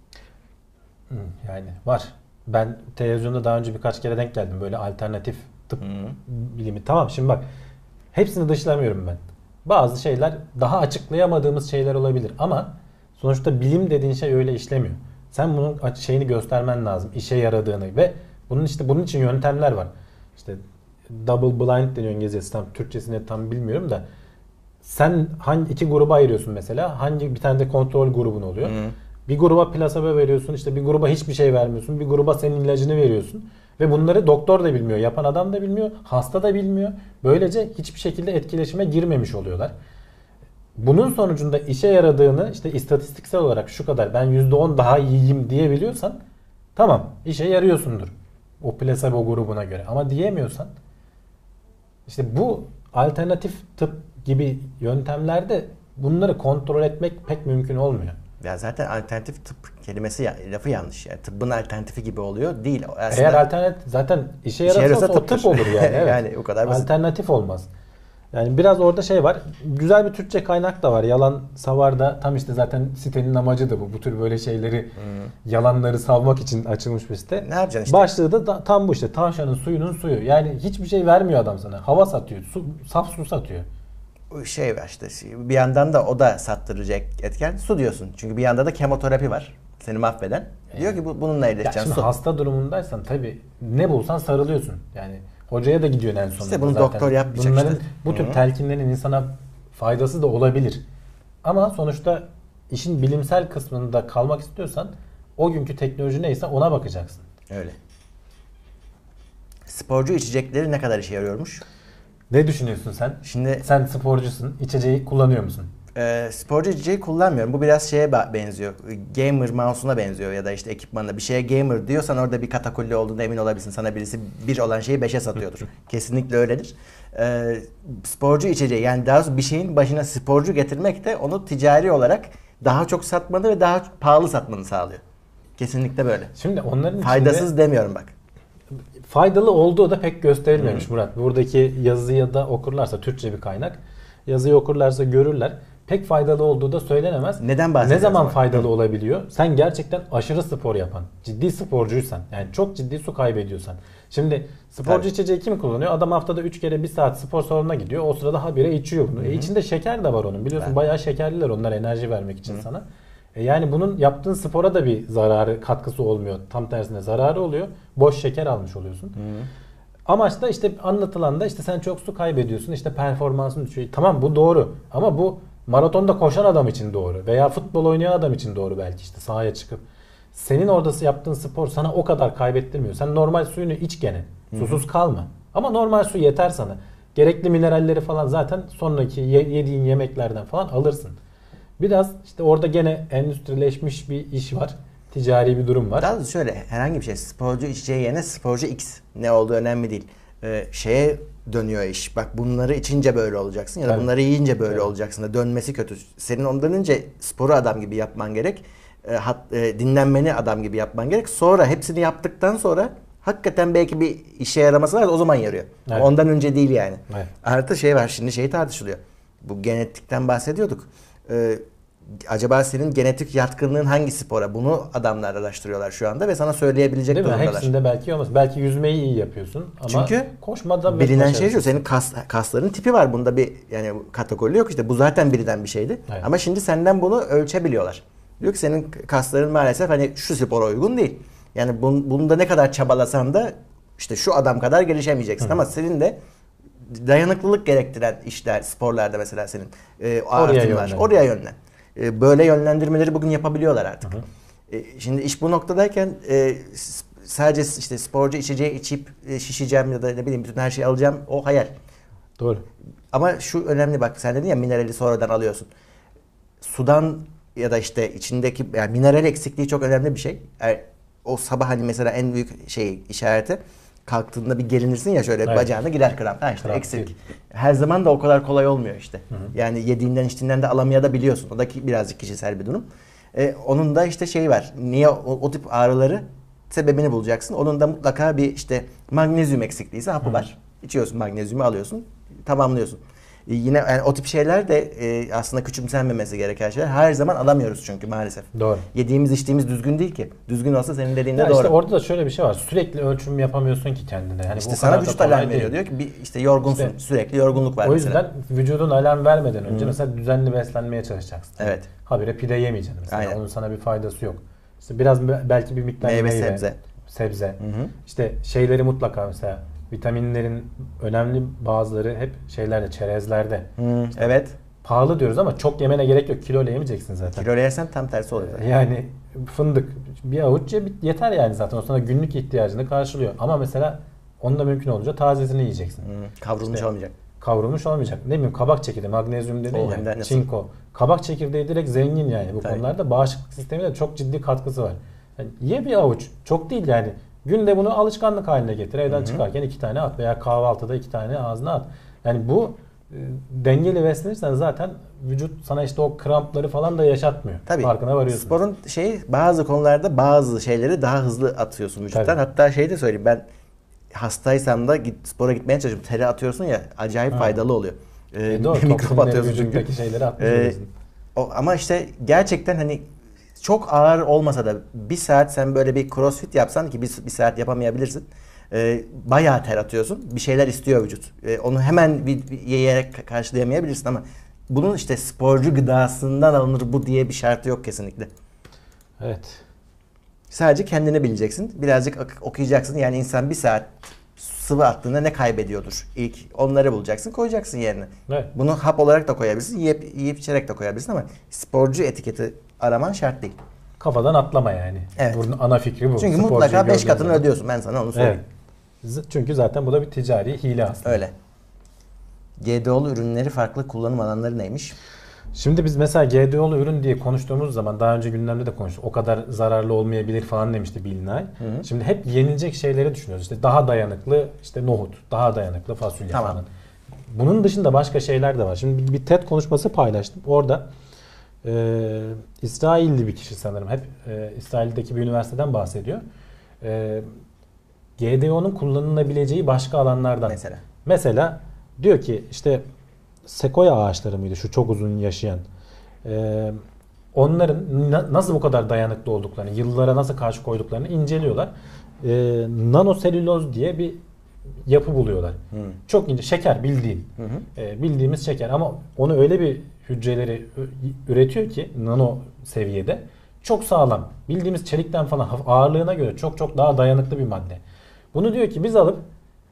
Yani var. Ben televizyonda daha önce birkaç kere denk geldim. Böyle alternatif tıp bilimi. Tamam, şimdi bak. Hepsini dışlamıyorum ben. Bazı şeyler daha açıklayamadığımız şeyler olabilir. Ama sonuçta bilim dediğin şey öyle işlemiyor. Sen bunun şeyini göstermen lazım. İşe yaradığını ve bunun için yöntemler var. İşte double blind deniyor İngilizcesi, tam Türkçesini tam bilmiyorum da sen hangi iki gruba ayırıyorsun mesela? Bir tane de kontrol grubun oluyor. Bir gruba plasebo veriyorsun, işte bir gruba hiçbir şey vermiyorsun. Bir gruba senin ilacını veriyorsun. Ve bunları doktor da bilmiyor, yapan adam da bilmiyor, hasta da bilmiyor. Böylece hiçbir şekilde etkileşime girmemiş oluyorlar. Bunun sonucunda işe yaradığını işte istatistiksel olarak şu kadar ben %10 daha iyiyim diyebiliyorsan tamam, işe yarıyorsundur o plasebo grubuna göre. Ama diyemiyorsan işte bu alternatif tıp gibi yöntemlerde bunları kontrol etmek pek mümkün olmuyor. Ya zaten alternatif tıp kelimesi lafı yanlış. Yani tıbbın alternatifi gibi oluyor. Değil. Aslında eğer alternatif zaten işe yararsa o tıp olur yani. Evet. Yani o kadar basit. Alternatif olmaz. Yani biraz orada şey var. Güzel bir Türkçe kaynak da var. Yalan savar da tam işte zaten sitenin amacı da bu. Bu tür böyle şeyleri yalanları savmak için açılmış bir site. Ne yapacaksın işte? Başlığı da tam bu işte. Tavşanın suyunun suyu. Yani hiçbir şey vermiyor adam sana. Hava satıyor. Saf su satıyor. Şey var işte, bir yandan da o da sattıracak etken su diyorsun. Çünkü bir yanda da kemoterapi var. Seni mahveden. Diyor ki bununla iyileşeceksin. Şimdi su. hasta durumundaysan tabii ne bulsan sarılıyorsun. Yani hocaya da gidiyorsun en sonunda. İşte bunu zaten. doktor yapmayacak Bunların, işte. bu tür telkinlerin insana faydası da olabilir. Ama sonuçta işin bilimsel kısmında kalmak istiyorsan o günkü teknoloji neyse ona bakacaksın. Öyle. Sporcu içecekleri ne kadar işe yarıyormuş? Ne düşünüyorsun sen? Şimdi sen sporcusun. İçeceği kullanıyor musun? Sporcu içeceği kullanmıyorum. Bu biraz şeye benziyor. Gamer mouse'una benziyor ya da işte ekipmanla. Bir şeye gamer diyorsan orada bir katakulli olduğuna emin olabilirsin. Sana birisi 1 olan şeyi 5'e satıyordur. Kesinlikle öyledir. Sporcu içeceği, yani daha doğrusu bir şeyin başına sporcu getirmek de onu ticari olarak daha çok satmanı ve daha pahalı satmanı sağlıyor. Kesinlikle böyle. Şimdi onların faydasız içinde demiyorum bak. Faydalı olduğu da pek gösterilmemiş Murat. Buradaki yazıyı da okurlarsa, Türkçe bir kaynak, yazıyı okurlarsa görürler. Pek faydalı olduğu da söylenemez. Neden bahsediyorsun? Ne zaman faydalı olabiliyor? Sen gerçekten aşırı spor yapan, ciddi sporcuysan, yani çok ciddi su kaybediyorsan. Şimdi sporcu içeceği kim kullanıyor? Adam haftada 3 kere 1 saat spor salonuna gidiyor. O sırada habire içiyor bunu. İçinde şeker de var onun. Biliyorsun bayağı şekerliler onlar, enerji vermek için sana. Yani bunun yaptığın spora da bir zararı, katkısı olmuyor. Tam tersine zararı oluyor. Boş şeker almış oluyorsun. Amaç da işte anlatılan da işte sen çok su kaybediyorsun, işte performansın düşüyor. Tamam, bu doğru ama bu maratonda koşan adam için doğru veya futbol oynayan adam için doğru belki, işte sahaya çıkıp. Senin orada yaptığın spor sana o kadar kaybettirmiyor. Sen normal suyunu iç gene. Susuz kalma. Ama normal su yeter sana. Gerekli mineralleri falan zaten sonraki yediğin yemeklerden falan alırsın. Biraz işte orada gene endüstrileşmiş bir iş var. Ticari bir durum var. Daha doğrusu şöyle, herhangi bir şey sporcu içeceği yerine sporcu X, ne olduğu önemli değil. Şeye dönüyor iş. Bak bunları içince böyle olacaksın ya da bunları yiyince böyle olacaksın da dönmesi kötü. Senin ondan önce sporu adam gibi yapman gerek. Dinlenmeni adam gibi yapman gerek. Sonra hepsini yaptıktan sonra hakikaten belki bir işe yaraması var, o zaman yarıyor. Evet. Ondan önce değil yani. Evet. Artı şey var, şimdi şey tartışılıyor. Bu genetikten bahsediyorduk. Acaba senin genetik yatkınlığın hangi spora? Bunu adamlar araştırıyorlar şu anda ve sana söyleyebilecek değil mi? durumdalar. Hepsinde belki olmaz. Belki yüzmeyi iyi yapıyorsun ama çünkü koşmada bilinen şey şu, senin kasların tipi var. Bunda bir yani kategori yok işte. Bu zaten bilinen bir şeydi. Evet. Ama şimdi senden bunu ölçebiliyorlar. Diyor ki senin kasların maalesef hani şu spora uygun değil. Yani bunda ne kadar çabalasan da işte şu adam kadar gelişemeyeceksin. Ama senin de dayanıklılık gerektiren işler, sporlarda mesela senin artın var. Oraya yönlen. Böyle yönlendirmeleri bugün yapabiliyorlar artık. Şimdi iş bu noktadayken sadece işte sporcu içeceği içip şişeceğim ya da ne bileyim bütün her şeyi alacağım, o hayal. Doğru. Ama şu önemli, bak sen dedin ya minerali sonradan alıyorsun. Sudan ya da işte içindeki yani mineral eksikliği çok önemli bir şey. O sabah hani mesela en büyük işareti, kalktığında bir gelinirsin ya şöyle, bacağına girer kramp. Ha işte kramp eksik. Değil. Her zaman da o kadar kolay olmuyor işte. Yani yediğinden içtiğinden de alamayabiliyorsun. O da birazcık kişisel bir durum. Onun da işte şeyi var. Niye o tip ağrıları, sebebini bulacaksın. Onun da mutlaka bir işte magnezyum eksikliğiyse hapı var. İçiyorsun, magnezyumu alıyorsun, tamamlıyorsun. Yine yani o tip şeyler de aslında küçümsenmemesi gereken şeyler. Her zaman alamıyoruz çünkü maalesef. Doğru. Yediğimiz içtiğimiz düzgün değil ki. Düzgün olsa senin dediğin de doğru. İşte orada da şöyle bir şey var. Sürekli ölçüm yapamıyorsun ki kendine. Yani işte bu sana vücut alarm veriyor. Diyor ki işte yorgunsun. İşte, sürekli yorgunluk var o yüzden mesela. vücudun alarm vermeden önce mesela düzenli beslenmeye çalışacaksın. Evet. Habire pide yemeyeceksin mesela. Aynen. Onun sana bir faydası yok. İşte biraz belki bir miktar meyve, sebze. İşte şeyleri mutlaka mesela vitaminlerin önemli bazıları hep şeylerde, çerezlerde. Evet. Pahalı diyoruz ama çok yemene gerek yok. Kiloyla yemeyeceksin zaten. Kiloyla yersen tam tersi oluyor. Yani fındık bir avuç yeter yani zaten. O sana günlük ihtiyacını karşılıyor. Ama mesela onu da mümkün olunca tazesini yiyeceksin. Kavrulmuş olmayacak. Kavrulmuş olmayacak. Ne bileyim, kabak çekirdeği, magnezyum dediğin ya, çinko. Kabak çekirdeği direkt zengin yani bu konularda. Bağışıklık sistemine çok ciddi katkısı var. Yani ye bir avuç. Çok değil yani. Günde bunu alışkanlık haline getir. Evden çıkarken 2 tane at veya kahvaltıda 2 tane ağzına at. Yani bu dengeli beslenirsen zaten vücut sana işte o krampları falan da yaşatmıyor. Tabii. Farkına varıyorsun. Sporun bazı konularda bazı şeyleri daha hızlı atıyorsun vücuttan. Tabii. Hatta şey de söyleyeyim, ben hastaysam da spora gitmeye çalışıyorum. Teri atıyorsun ya, acayip faydalı oluyor. mikrop atıyorsun çünkü. Şeyleri atmış ama işte gerçekten hani çok ağır olmasa da bir saat sen böyle bir crossfit yapsan ki bir saat yapamayabilirsin. Bayağı ter atıyorsun. Bir şeyler istiyor vücut. Onu hemen bir yiyerek karşılayamayabilirsin ama bunun işte sporcu gıdasından alınır bu diye bir şartı yok kesinlikle. Evet. Sadece kendini bileceksin. Birazcık okuyacaksın. Yani insan bir saat sıvı attığında ne kaybediyordur? İlk onları bulacaksın, koyacaksın yerine. Evet. Bunu hap olarak da koyabilirsin, yiyip içerek de koyabilirsin ama sporcu etiketi araman şart değil. Kafadan atlama yani. Evet. Bunun ana fikri bu. Çünkü mutlaka 5 katını ödüyorsun. Ben sana onu söyleyeyim. Evet. Çünkü zaten bu da bir ticari hile aslında. Öyle. GDO'lu ürünleri farklı kullanım alanları neymiş? Şimdi biz mesela GDO'lu ürün diye konuştuğumuz zaman daha önce gündemde de konuştuk. O kadar zararlı olmayabilir falan demişti Bilinay. Şimdi hep yenilecek şeyleri düşünüyoruz. İşte daha dayanıklı işte nohut, daha dayanıklı fasulye falan. Bunun dışında başka şeyler de var. Şimdi bir TED konuşması paylaştım. Orada İsrailli bir kişi sanırım. Hep İsrail'deki bir üniversiteden bahsediyor. GDO'nun kullanılabileceği başka alanlardan. Mesela diyor ki işte sekoya ağaçları mıydı şu çok uzun yaşayan? Onların nasıl bu kadar dayanıklı olduklarını, yıllara nasıl karşı koyduklarını inceliyorlar. Nanoselüloz diye bir yapı buluyorlar. Çok ince, şeker bildiğin. Bildiğimiz şeker ama onu öyle bir hücreleri üretiyor ki nano seviyede çok sağlam. Bildiğimiz çelikten falan ağırlığına göre çok çok daha dayanıklı bir madde. Bunu diyor ki biz alıp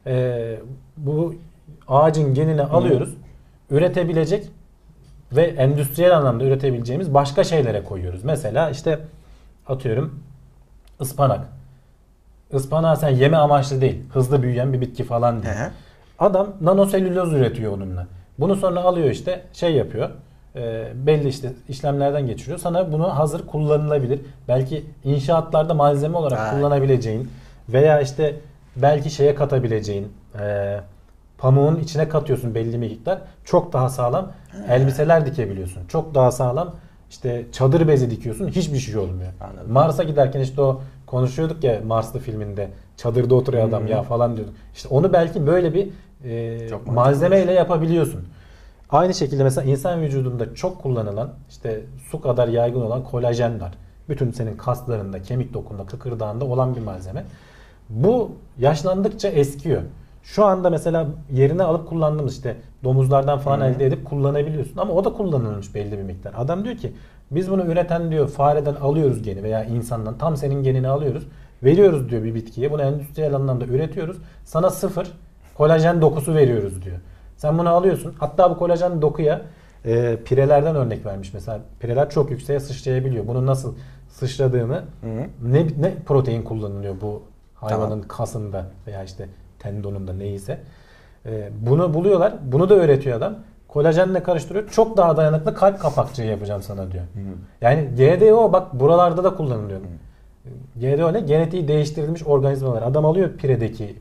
bu ağacın genini alıyoruz. Üretebilecek ve endüstriyel anlamda üretebileceğimiz başka şeylere koyuyoruz. Mesela işte atıyorum ıspanak. Ispanağı sen yeme amaçlı değil. Hızlı büyüyen bir bitki falan değil. Adam nanoselüloz üretiyor onunla. Bunu sonra alıyor işte şey yapıyor. Belli işte işlemlerden geçiriyor. Sana bunu hazır kullanılabilir. Belki inşaatlarda malzeme olarak kullanabileceğin veya işte belki şeye katabileceğin pamuğun içine katıyorsun belli miktar. Çok daha sağlam elbiseler dikebiliyorsun. Çok daha sağlam işte çadır bezi dikiyorsun. Hiçbir şey olmuyor. Anladım. Mars'a giderken işte o konuşuyorduk ya Marslı filminde. Çadırda oturuyor adam ya falan diyorduk. İşte onu belki böyle bir malzemeyle yapabiliyorsun. Aynı şekilde mesela insan vücudunda çok kullanılan işte su kadar yaygın olan kolajen var. Bütün senin kaslarında, kemik dokunda, kıkırdağında olan bir malzeme. Bu yaşlandıkça eskiyor. Şu anda mesela yerine alıp kullandığımız işte domuzlardan falan elde edip kullanabiliyorsun. Ama o da kullanılmış belli bir miktar. Adam diyor ki biz bunu üreten diyor fareden alıyoruz geni veya insandan tam senin genini alıyoruz. Veriyoruz diyor bir bitkiye. Bunu endüstriyel anlamda üretiyoruz. Sana sıfır kolajen dokusu veriyoruz diyor. Sen bunu alıyorsun. Hatta bu kolajen dokuya pirelerden örnek vermiş. Mesela pireler çok yükseğe sıçrayabiliyor. Bunun nasıl sıçradığını ne protein kullanılıyor bu hayvanın kasında veya işte tendonunda neyse. Bunu buluyorlar. Bunu da öğretiyor adam. Kolajenle karıştırıyor. Çok daha dayanıklı kalp kapakçığı yapacağım sana diyor. Yani GDO bak buralarda da kullanılıyor. GDO ne? Genetiği değiştirilmiş organizmalar. Adam alıyor piredeki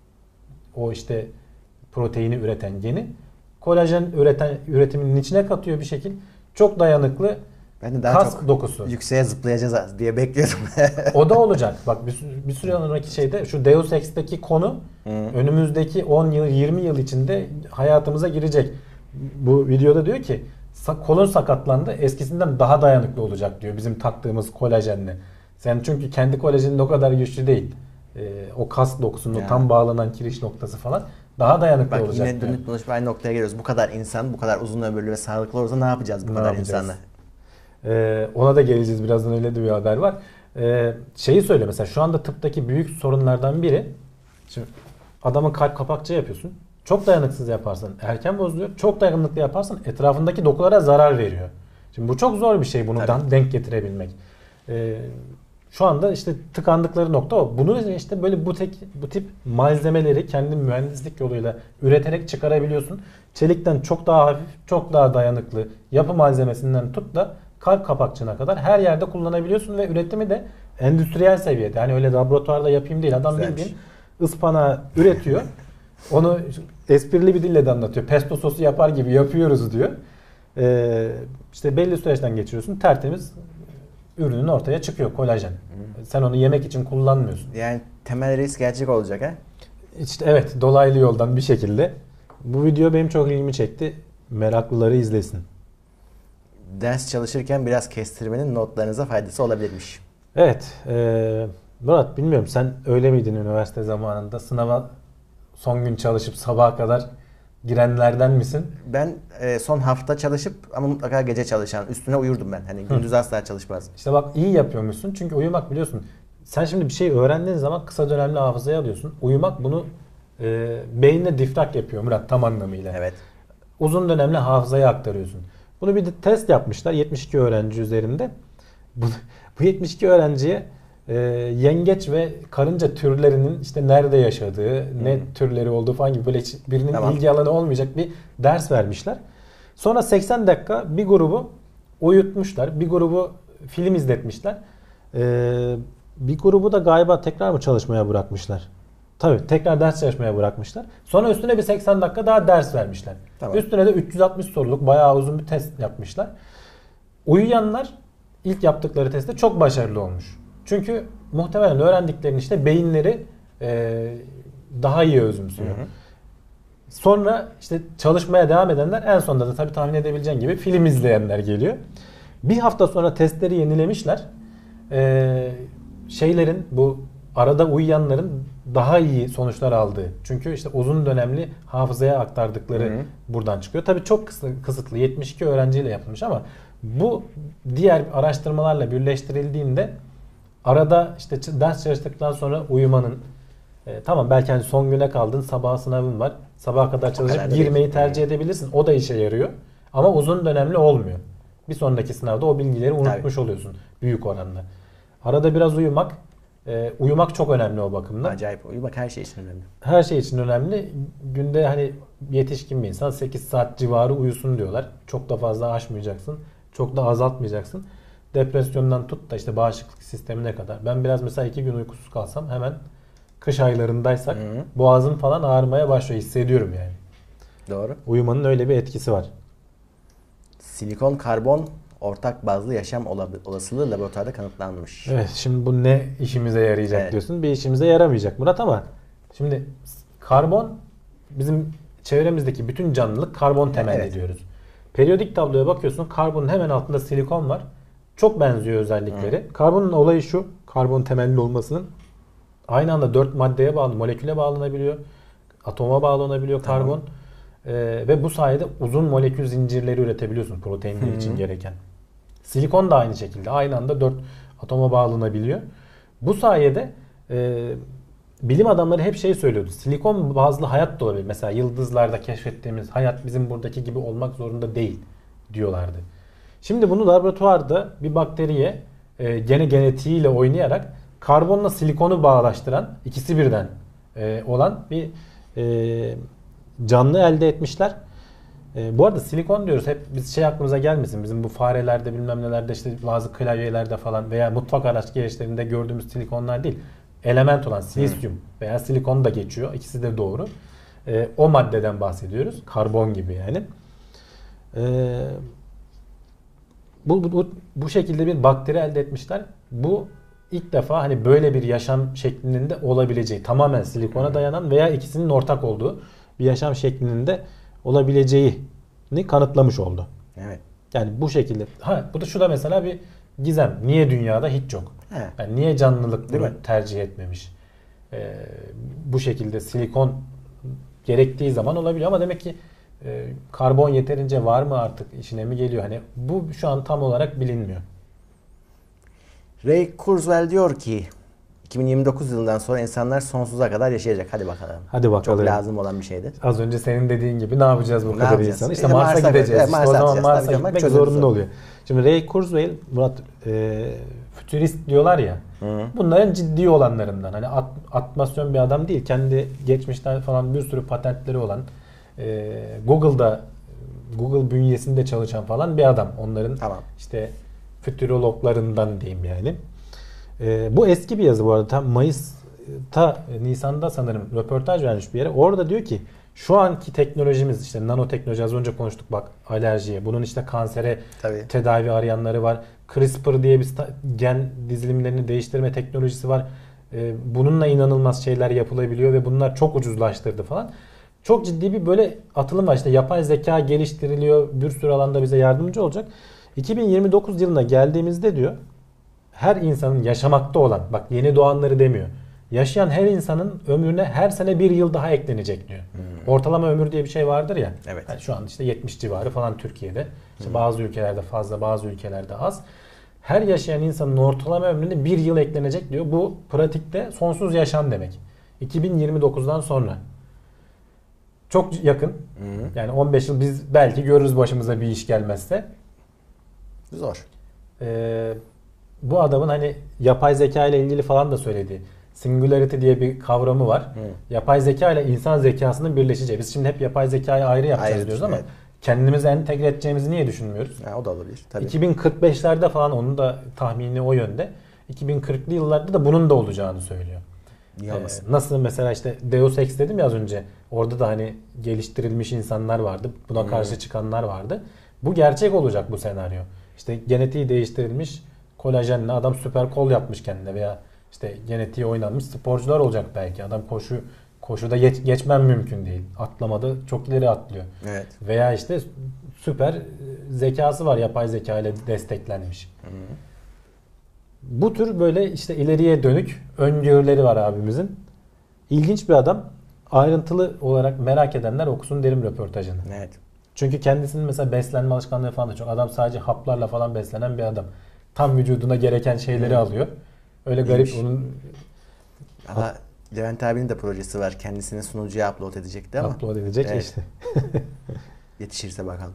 o işte proteini üreten geni. Kolajen üretiminin içine katıyor bir şekil. Çok dayanıklı ben de daha kas çok dokusu. Yükseğe zıplayacağız diye bekliyorum. O da olacak. Bak bir süre sonraki şeyde şu Deus Ex'teki konu önümüzdeki 10 yıl 20 yıl içinde hayatımıza girecek. Bu videoda diyor ki kolun sakatlandı eskisinden daha dayanıklı olacak diyor bizim taktığımız kolajenle. Sen çünkü kendi kolajenin o kadar güçlü değil. O kas dokusunun tam bağlanan kiriş noktası falan daha dayanıklı olacak. Yine dönüp dolaşıp aynı noktaya geliyoruz. Bu kadar insan bu kadar uzun ömürlü ve sağlıklı olursa ne yapacağız bu kadar insanla? Ona da geleceğiz. Birazdan öyle de bir haber var. Şeyi söyle mesela şu anda tıptaki büyük sorunlardan biri şimdi adamın kalp kapakçığı yapıyorsun. Çok dayanıksız yaparsan erken bozuluyor. Çok dayanıklı yaparsan etrafındaki dokulara zarar veriyor. Şimdi bu çok zor bir şey bunu denk getirebilmek. Şu anda işte tıkandıkları nokta o. Bunu işte böyle bu tip malzemeleri kendi mühendislik yoluyla üreterek çıkarabiliyorsun. Çelikten çok daha hafif, çok daha dayanıklı yapı malzemesinden tut da kalp kapakçığına kadar her yerde kullanabiliyorsun ve üretimi de endüstriyel seviyede. Yani öyle laboratuvarda yapayım değil. Adam bildiğin ıspanağı üretiyor. Onu esprili bir dille de anlatıyor. Pesto sosu yapar gibi yapıyoruz diyor. İşte belli süreçten geçiriyorsun. Tertemiz ürünün ortaya çıkıyor kolajen. Sen onu yemek için kullanmıyorsun. Yani temel risk gerçek olacak ha? İşte evet dolaylı yoldan bir şekilde. Bu video benim çok ilgimi çekti. Meraklıları izlesin. Ders çalışırken biraz kestirmenin notlarınıza faydası olabilirmiş. Evet. Murat, bilmiyorum, sen öyle miydin üniversite zamanında? Sınava son gün çalışıp sabaha kadar girenlerden misin? Ben son hafta çalışıp ama mutlaka gece çalışan, üstüne uyurdum ben. Hani gündüz asla çalışmazdım. İşte bak, iyi yapıyormuşsun. Çünkü uyumak, biliyorsun, sen şimdi bir şey öğrendiğin zaman kısa dönemli hafızaya alıyorsun. Uyumak bunu beynine difrak yapıyor Murat, tam anlamıyla. Evet. Uzun dönemli hafızaya aktarıyorsun. Bunu bir de test yapmışlar 72 öğrenci üzerinde. Bu 72 öğrenciye yengeç ve karınca türlerinin işte nerede yaşadığı, ne türleri olduğu falan gibi böyle birinin ilgi alanı olmayacak bir ders vermişler. Sonra 80 dakika bir grubu uyutmuşlar, bir grubu film izletmişler. Bir grubu da galiba tekrar mı çalışmaya bırakmışlar? Tabii, tekrar ders çalışmaya bırakmışlar. Sonra üstüne bir 80 dakika daha ders vermişler. Tamam. Üstüne de 360 soruluk bayağı uzun bir test yapmışlar. Uyuyanlar ilk yaptıkları testte çok başarılı olmuş. Çünkü muhtemelen öğrendiklerini işte beyinleri daha iyi özümsüyor. Hı hı. Sonra işte çalışmaya devam edenler, en sonunda da tabii tahmin edebileceğin gibi film izleyenler geliyor. Bir hafta sonra testleri yenilemişler. Bu arada uyuyanların daha iyi sonuçlar aldığı. Çünkü işte uzun dönemli hafızaya aktardıkları buradan çıkıyor. Tabii çok kısıtlı 72 öğrenciyle yapılmış ama bu diğer araştırmalarla birleştirildiğinde arada işte ders çalıştıktan sonra uyumanın, tamam belki hani son güne kaldın, sabah sınavın var, sabaha kadar çalışıp girmeyi tercih edebilirsin. O da işe yarıyor. Ama uzun dönemli olmuyor. Bir sonraki sınavda o bilgileri unutmuş oluyorsun büyük oranda. Arada biraz uyumak çok önemli o bakımdan. Acayip. Uyumak her şey için önemli. Her şey için önemli. Günde hani yetişkin bir insan 8 saat civarı uyusun diyorlar. Çok da fazla aşmayacaksın. Çok da azaltmayacaksın. Depresyondan tut da işte bağışıklık sistemine kadar. Ben biraz mesela 2 gün uykusuz kalsam hemen kış aylarındaysak boğazım falan ağrımaya başlıyor. Hissediyorum yani. Doğru. Uyumanın öyle bir etkisi var. Silikon karbon ortak bazlı yaşam olasılığı laboratuvarda kanıtlanmış. Evet, şimdi bu ne işimize yarayacak diyorsun. Bir işimize yaramayacak Murat, ama şimdi karbon, bizim çevremizdeki bütün canlılık karbon temelli diyoruz. Periyodik tabloya bakıyorsun, karbonun hemen altında silikon var. Çok benziyor özellikleri. Karbonun olayı şu, karbon temelli olmasının aynı anda 4 maddeye bağlı, moleküle bağlanabiliyor. Atoma bağlanabiliyor karbon. Ve bu sayede uzun molekül zincirleri üretebiliyorsun proteinler için gereken. Silikon da aynı şekilde aynı anda 4 atoma bağlanabiliyor. Bu sayede bilim adamları hep şey söylüyordu. Silikon bazlı hayat da olabilir. Mesela yıldızlarda keşfettiğimiz hayat bizim buradaki gibi olmak zorunda değil diyorlardı. Şimdi bunu laboratuvarda bir bakteriye gene genetiğiyle oynayarak karbonla silikonu bağlaştıran, ikisi birden olan bir canlı elde etmişler. Bu arada silikon diyoruz, hep biz şey aklımıza gelmesin. Bizim bu farelerde bilmem nelerde işte bazı klavyelerde falan veya mutfak araç gereçlerinde gördüğümüz silikonlar değil. Element olan silisyum veya silikon da geçiyor. İkisi de doğru. O maddeden bahsediyoruz. Karbon gibi yani. Bu şekilde bir bakteri elde etmişler. Bu ilk defa hani böyle bir yaşam şeklinin de olabileceği, tamamen silikona dayanan veya ikisinin ortak olduğu bir yaşam şeklinin de olabileceğini kanıtlamış oldu. Evet. Yani bu şekilde. Bu da şu da mesela bir gizem. Niye dünyada hiç yok? Yani niye canlılık bunu tercih etmemiş? Bu şekilde silikon gerektiği zaman olabiliyor ama demek ki karbon yeterince var mı artık, işine mi geliyor? Hani bu şu an tam olarak bilinmiyor. Ray Kurzweil diyor ki 2029 yılından sonra insanlar sonsuza kadar yaşayacak. Hadi bakalım. Hadi bakalım. Çok lazım olan bir şeydi. Az önce senin dediğin gibi ne yapacağız bu kadar insan? İşte Mars'a gideceğiz. İşte o zaman Mars'a gitmek zorunlu oluyor. Şimdi Ray Kurzweil, Murat, fütürist diyorlar ya. Bunların ciddi olanlarından. Hani atmasyon bir adam değil. Kendi geçmişten falan bir sürü patentleri olan, Google bünyesinde çalışan falan bir adam. Onların işte fütürologlarından diyeyim yani. Bu eski bir yazı bu arada. Tam Nisan'da sanırım röportaj vermiş bir yere. Orada diyor ki şu anki teknolojimiz, işte nanoteknoloji, az önce konuştuk bak, alerjiye. Bunun işte kansere tedavi arayanları var. CRISPR diye bir gen dizilimlerini değiştirme teknolojisi var. Bununla inanılmaz şeyler yapılabiliyor ve bunlar çok ucuzlaştırdı falan. Çok ciddi bir böyle atılım var. İşte yapay zeka geliştiriliyor. Bir sürü alanda bize yardımcı olacak. 2029 yılına geldiğimizde diyor her insanın yaşamakta olan, bak yeni doğanları demiyor. Yaşayan her insanın ömrüne her sene bir yıl daha eklenecek diyor. Ortalama ömür diye bir şey vardır ya. Evet. Yani şu an işte 70 civarı falan Türkiye'de. İşte bazı ülkelerde fazla, bazı ülkelerde az. Her yaşayan insanın ortalama ömrüne bir yıl eklenecek diyor. Bu pratikte sonsuz yaşam demek. 2029'dan sonra. Çok yakın. Yani 15 yıl biz belki görürüz başımıza bir iş gelmezse. Zor. Bu adamın hani yapay zeka ile ilgili falan da söylediği singularity diye bir kavramı var. Yapay zeka ile insan zekasının birleşeceği. Biz şimdi hep yapay zekayı ayrı yapacağız diyoruz ama kendimize entegre edeceğimizi niye düşünmüyoruz? O da olabilir. Tabii. 2045'lerde falan onun da tahmini o yönde. 2040'lı yıllarda da bunun da olacağını söylüyor. Nasıl mesela işte Deus Ex dedim ya az önce. Orada da hani geliştirilmiş insanlar vardı. Buna karşı çıkanlar vardı. Bu gerçek olacak bu senaryo. İşte genetiği değiştirilmiş kolajenle adam süper kol yapmış kendine veya işte genetiği oynanmış sporcular olacak belki. Adam koşuda geçmem mümkün değil. Atlamada çok ileri atlıyor. Evet. Veya işte süper zekası var yapay zeka ile desteklenmiş. Bu tür böyle işte ileriye dönük öngörüleri var abimizin. İlginç bir adam. Ayrıntılı olarak merak edenler okusun derim röportajını. Evet. Çünkü kendisinin mesela beslenme alışkanlığı falan da çok. Adam sadece haplarla falan beslenen bir adam. Tam vücuduna gereken şeyleri alıyor. Öyle garip onun... Ama Levent abinin de projesi var. Kendisini sunucuya upload edecekti ama. Upload edecek işte. Yetişirse bakalım.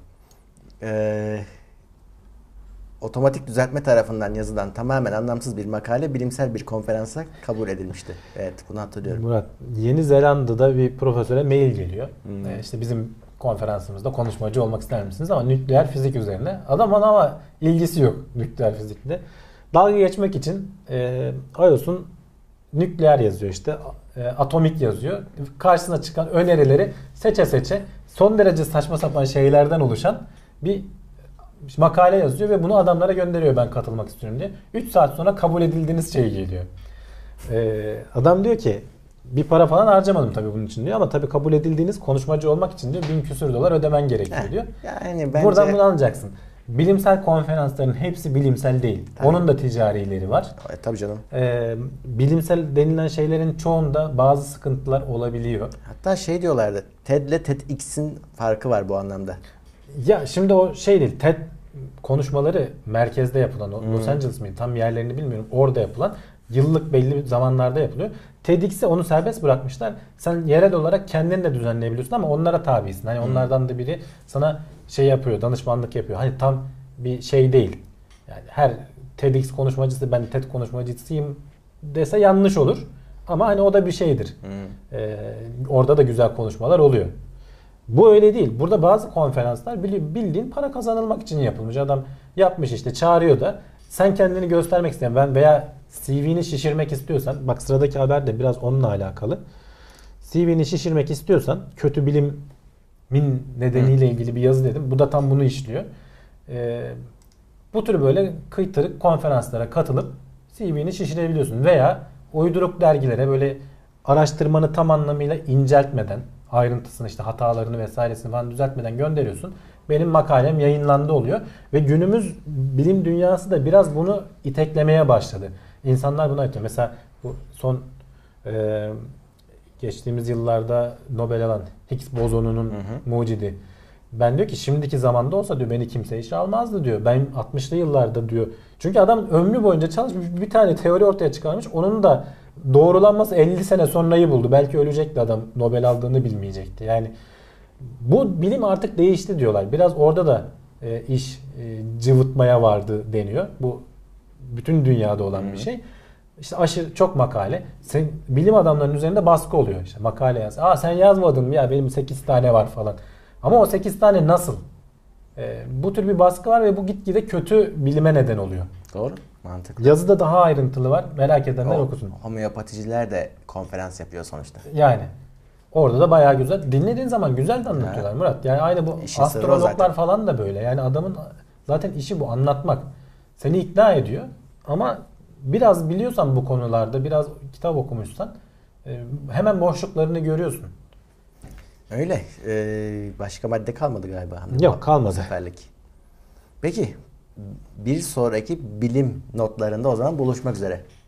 Otomatik düzeltme tarafından yazılan tamamen anlamsız bir makale bilimsel bir konferansa kabul edilmişti. Evet, bunu hatırlıyorum. Murat, Yeni Zelanda'da bir profesöre mail geliyor. İşte bizim konferansımızda konuşmacı olmak ister misiniz ama nükleer fizik üzerine. Adamın ama ilgisi yok nükleer fizikle. Dalga geçmek için iOS'un nükleer yazıyor işte. Atomik yazıyor. Karşısına çıkan önerileri seçe seçe son derece saçma sapan şeylerden oluşan bir makale yazıyor ve bunu adamlara gönderiyor ben katılmak istiyorum diye. 3 saat sonra kabul edildiğiniz şey geliyor. Adam diyor ki bir para falan harcamadım tabii bunun için diyor ama tabii kabul edildiğiniz konuşmacı olmak için diyor 1000 küsür dolar ödemen gerekiyor diyor. Yani bence... Buradan bunu alacaksın. Bilimsel konferansların hepsi bilimsel değil. Tabii. Onun da ticarileri var. Tabii canım. Bilimsel denilen şeylerin çoğunda bazı sıkıntılar olabiliyor. Hatta şey diyorlardı. TED ile TEDx'in farkı var bu anlamda. Ya şimdi o şey değil. TED konuşmaları merkezde yapılan, Los Angeles mıydı? Tam yerlerini bilmiyorum. Orada yapılan yıllık belli zamanlarda yapılıyor. TEDx'e onu serbest bırakmışlar. Sen yerel olarak kendin de düzenleyebiliyorsun ama onlara tabisin. Hani onlardan da biri sana şey yapıyor, danışmanlık yapıyor. Hani tam bir şey değil. Yani her TEDx konuşmacısı ben TED konuşmacısıyım dese yanlış olur. Ama hani o da bir şeydir. Orada da güzel konuşmalar oluyor. Bu öyle değil. Burada bazı konferanslar bildiğin para kazanılmak için yapılmış. Adam yapmış işte çağırıyor da sen kendini göstermek isteyen ben veya CV'ni şişirmek istiyorsan bak sıradaki haber de biraz onunla alakalı. CV'ni şişirmek istiyorsan kötü bilimin nedeniyle ilgili bir yazı dedim. Bu da tam bunu işliyor. Bu tür böyle kıytırık konferanslara katılıp CV'ni şişirebiliyorsun veya uyduruk dergilere böyle araştırmanı tam anlamıyla inceltmeden ayrıntısını işte hatalarını vesairesini falan düzeltmeden gönderiyorsun. Benim makalem yayınlandı oluyor. Ve günümüz bilim dünyası da biraz bunu iteklemeye başladı. İnsanlar buna itiyor. Mesela bu son geçtiğimiz yıllarda Nobel alan Higgs bozonunun mucidi. Ben diyor ki şimdiki zamanda olsa diyor beni kimse işe almazdı diyor. Ben 60'lı yıllarda diyor. Çünkü adam ömrü boyunca çalışmış bir tane teori ortaya çıkarmış. Onun da doğrulanması 50 sene sonrayı buldu. Belki ölecekti adam. Nobel aldığını bilmeyecekti. Yani bu bilim artık değişti diyorlar. Biraz orada da iş cıvıtmaya vardı deniyor. Bu bütün dünyada olan bir şey. İşte aşırı çok makale. Bilim adamlarının üzerinde baskı oluyor. İşte makale yaz. Sen yazmadın mı ya benim 8 tane var falan. Ama o 8 tane nasıl? Bu tür bir baskı var ve bu gitgide kötü bilime neden oluyor. Doğru. Mantıklı. Yazıda daha ayrıntılı var. Merak edenler okusun. Homeopaticiler de konferans yapıyor sonuçta. Yani. Orada da bayağı güzel. Dinlediğin zaman güzel de anlatıyorlar Murat. Yani aynı bu İşin astrologlar falan da böyle. Yani adamın zaten işi bu anlatmak. Seni ikna ediyor. Ama biraz biliyorsan bu konularda, biraz kitap okumuşsan hemen boşluklarını görüyorsun. Öyle. Başka madde kalmadı galiba. Yok, kalmadı. Bu seferlik. Peki bir sonraki bilim notlarında o zaman buluşmak üzere.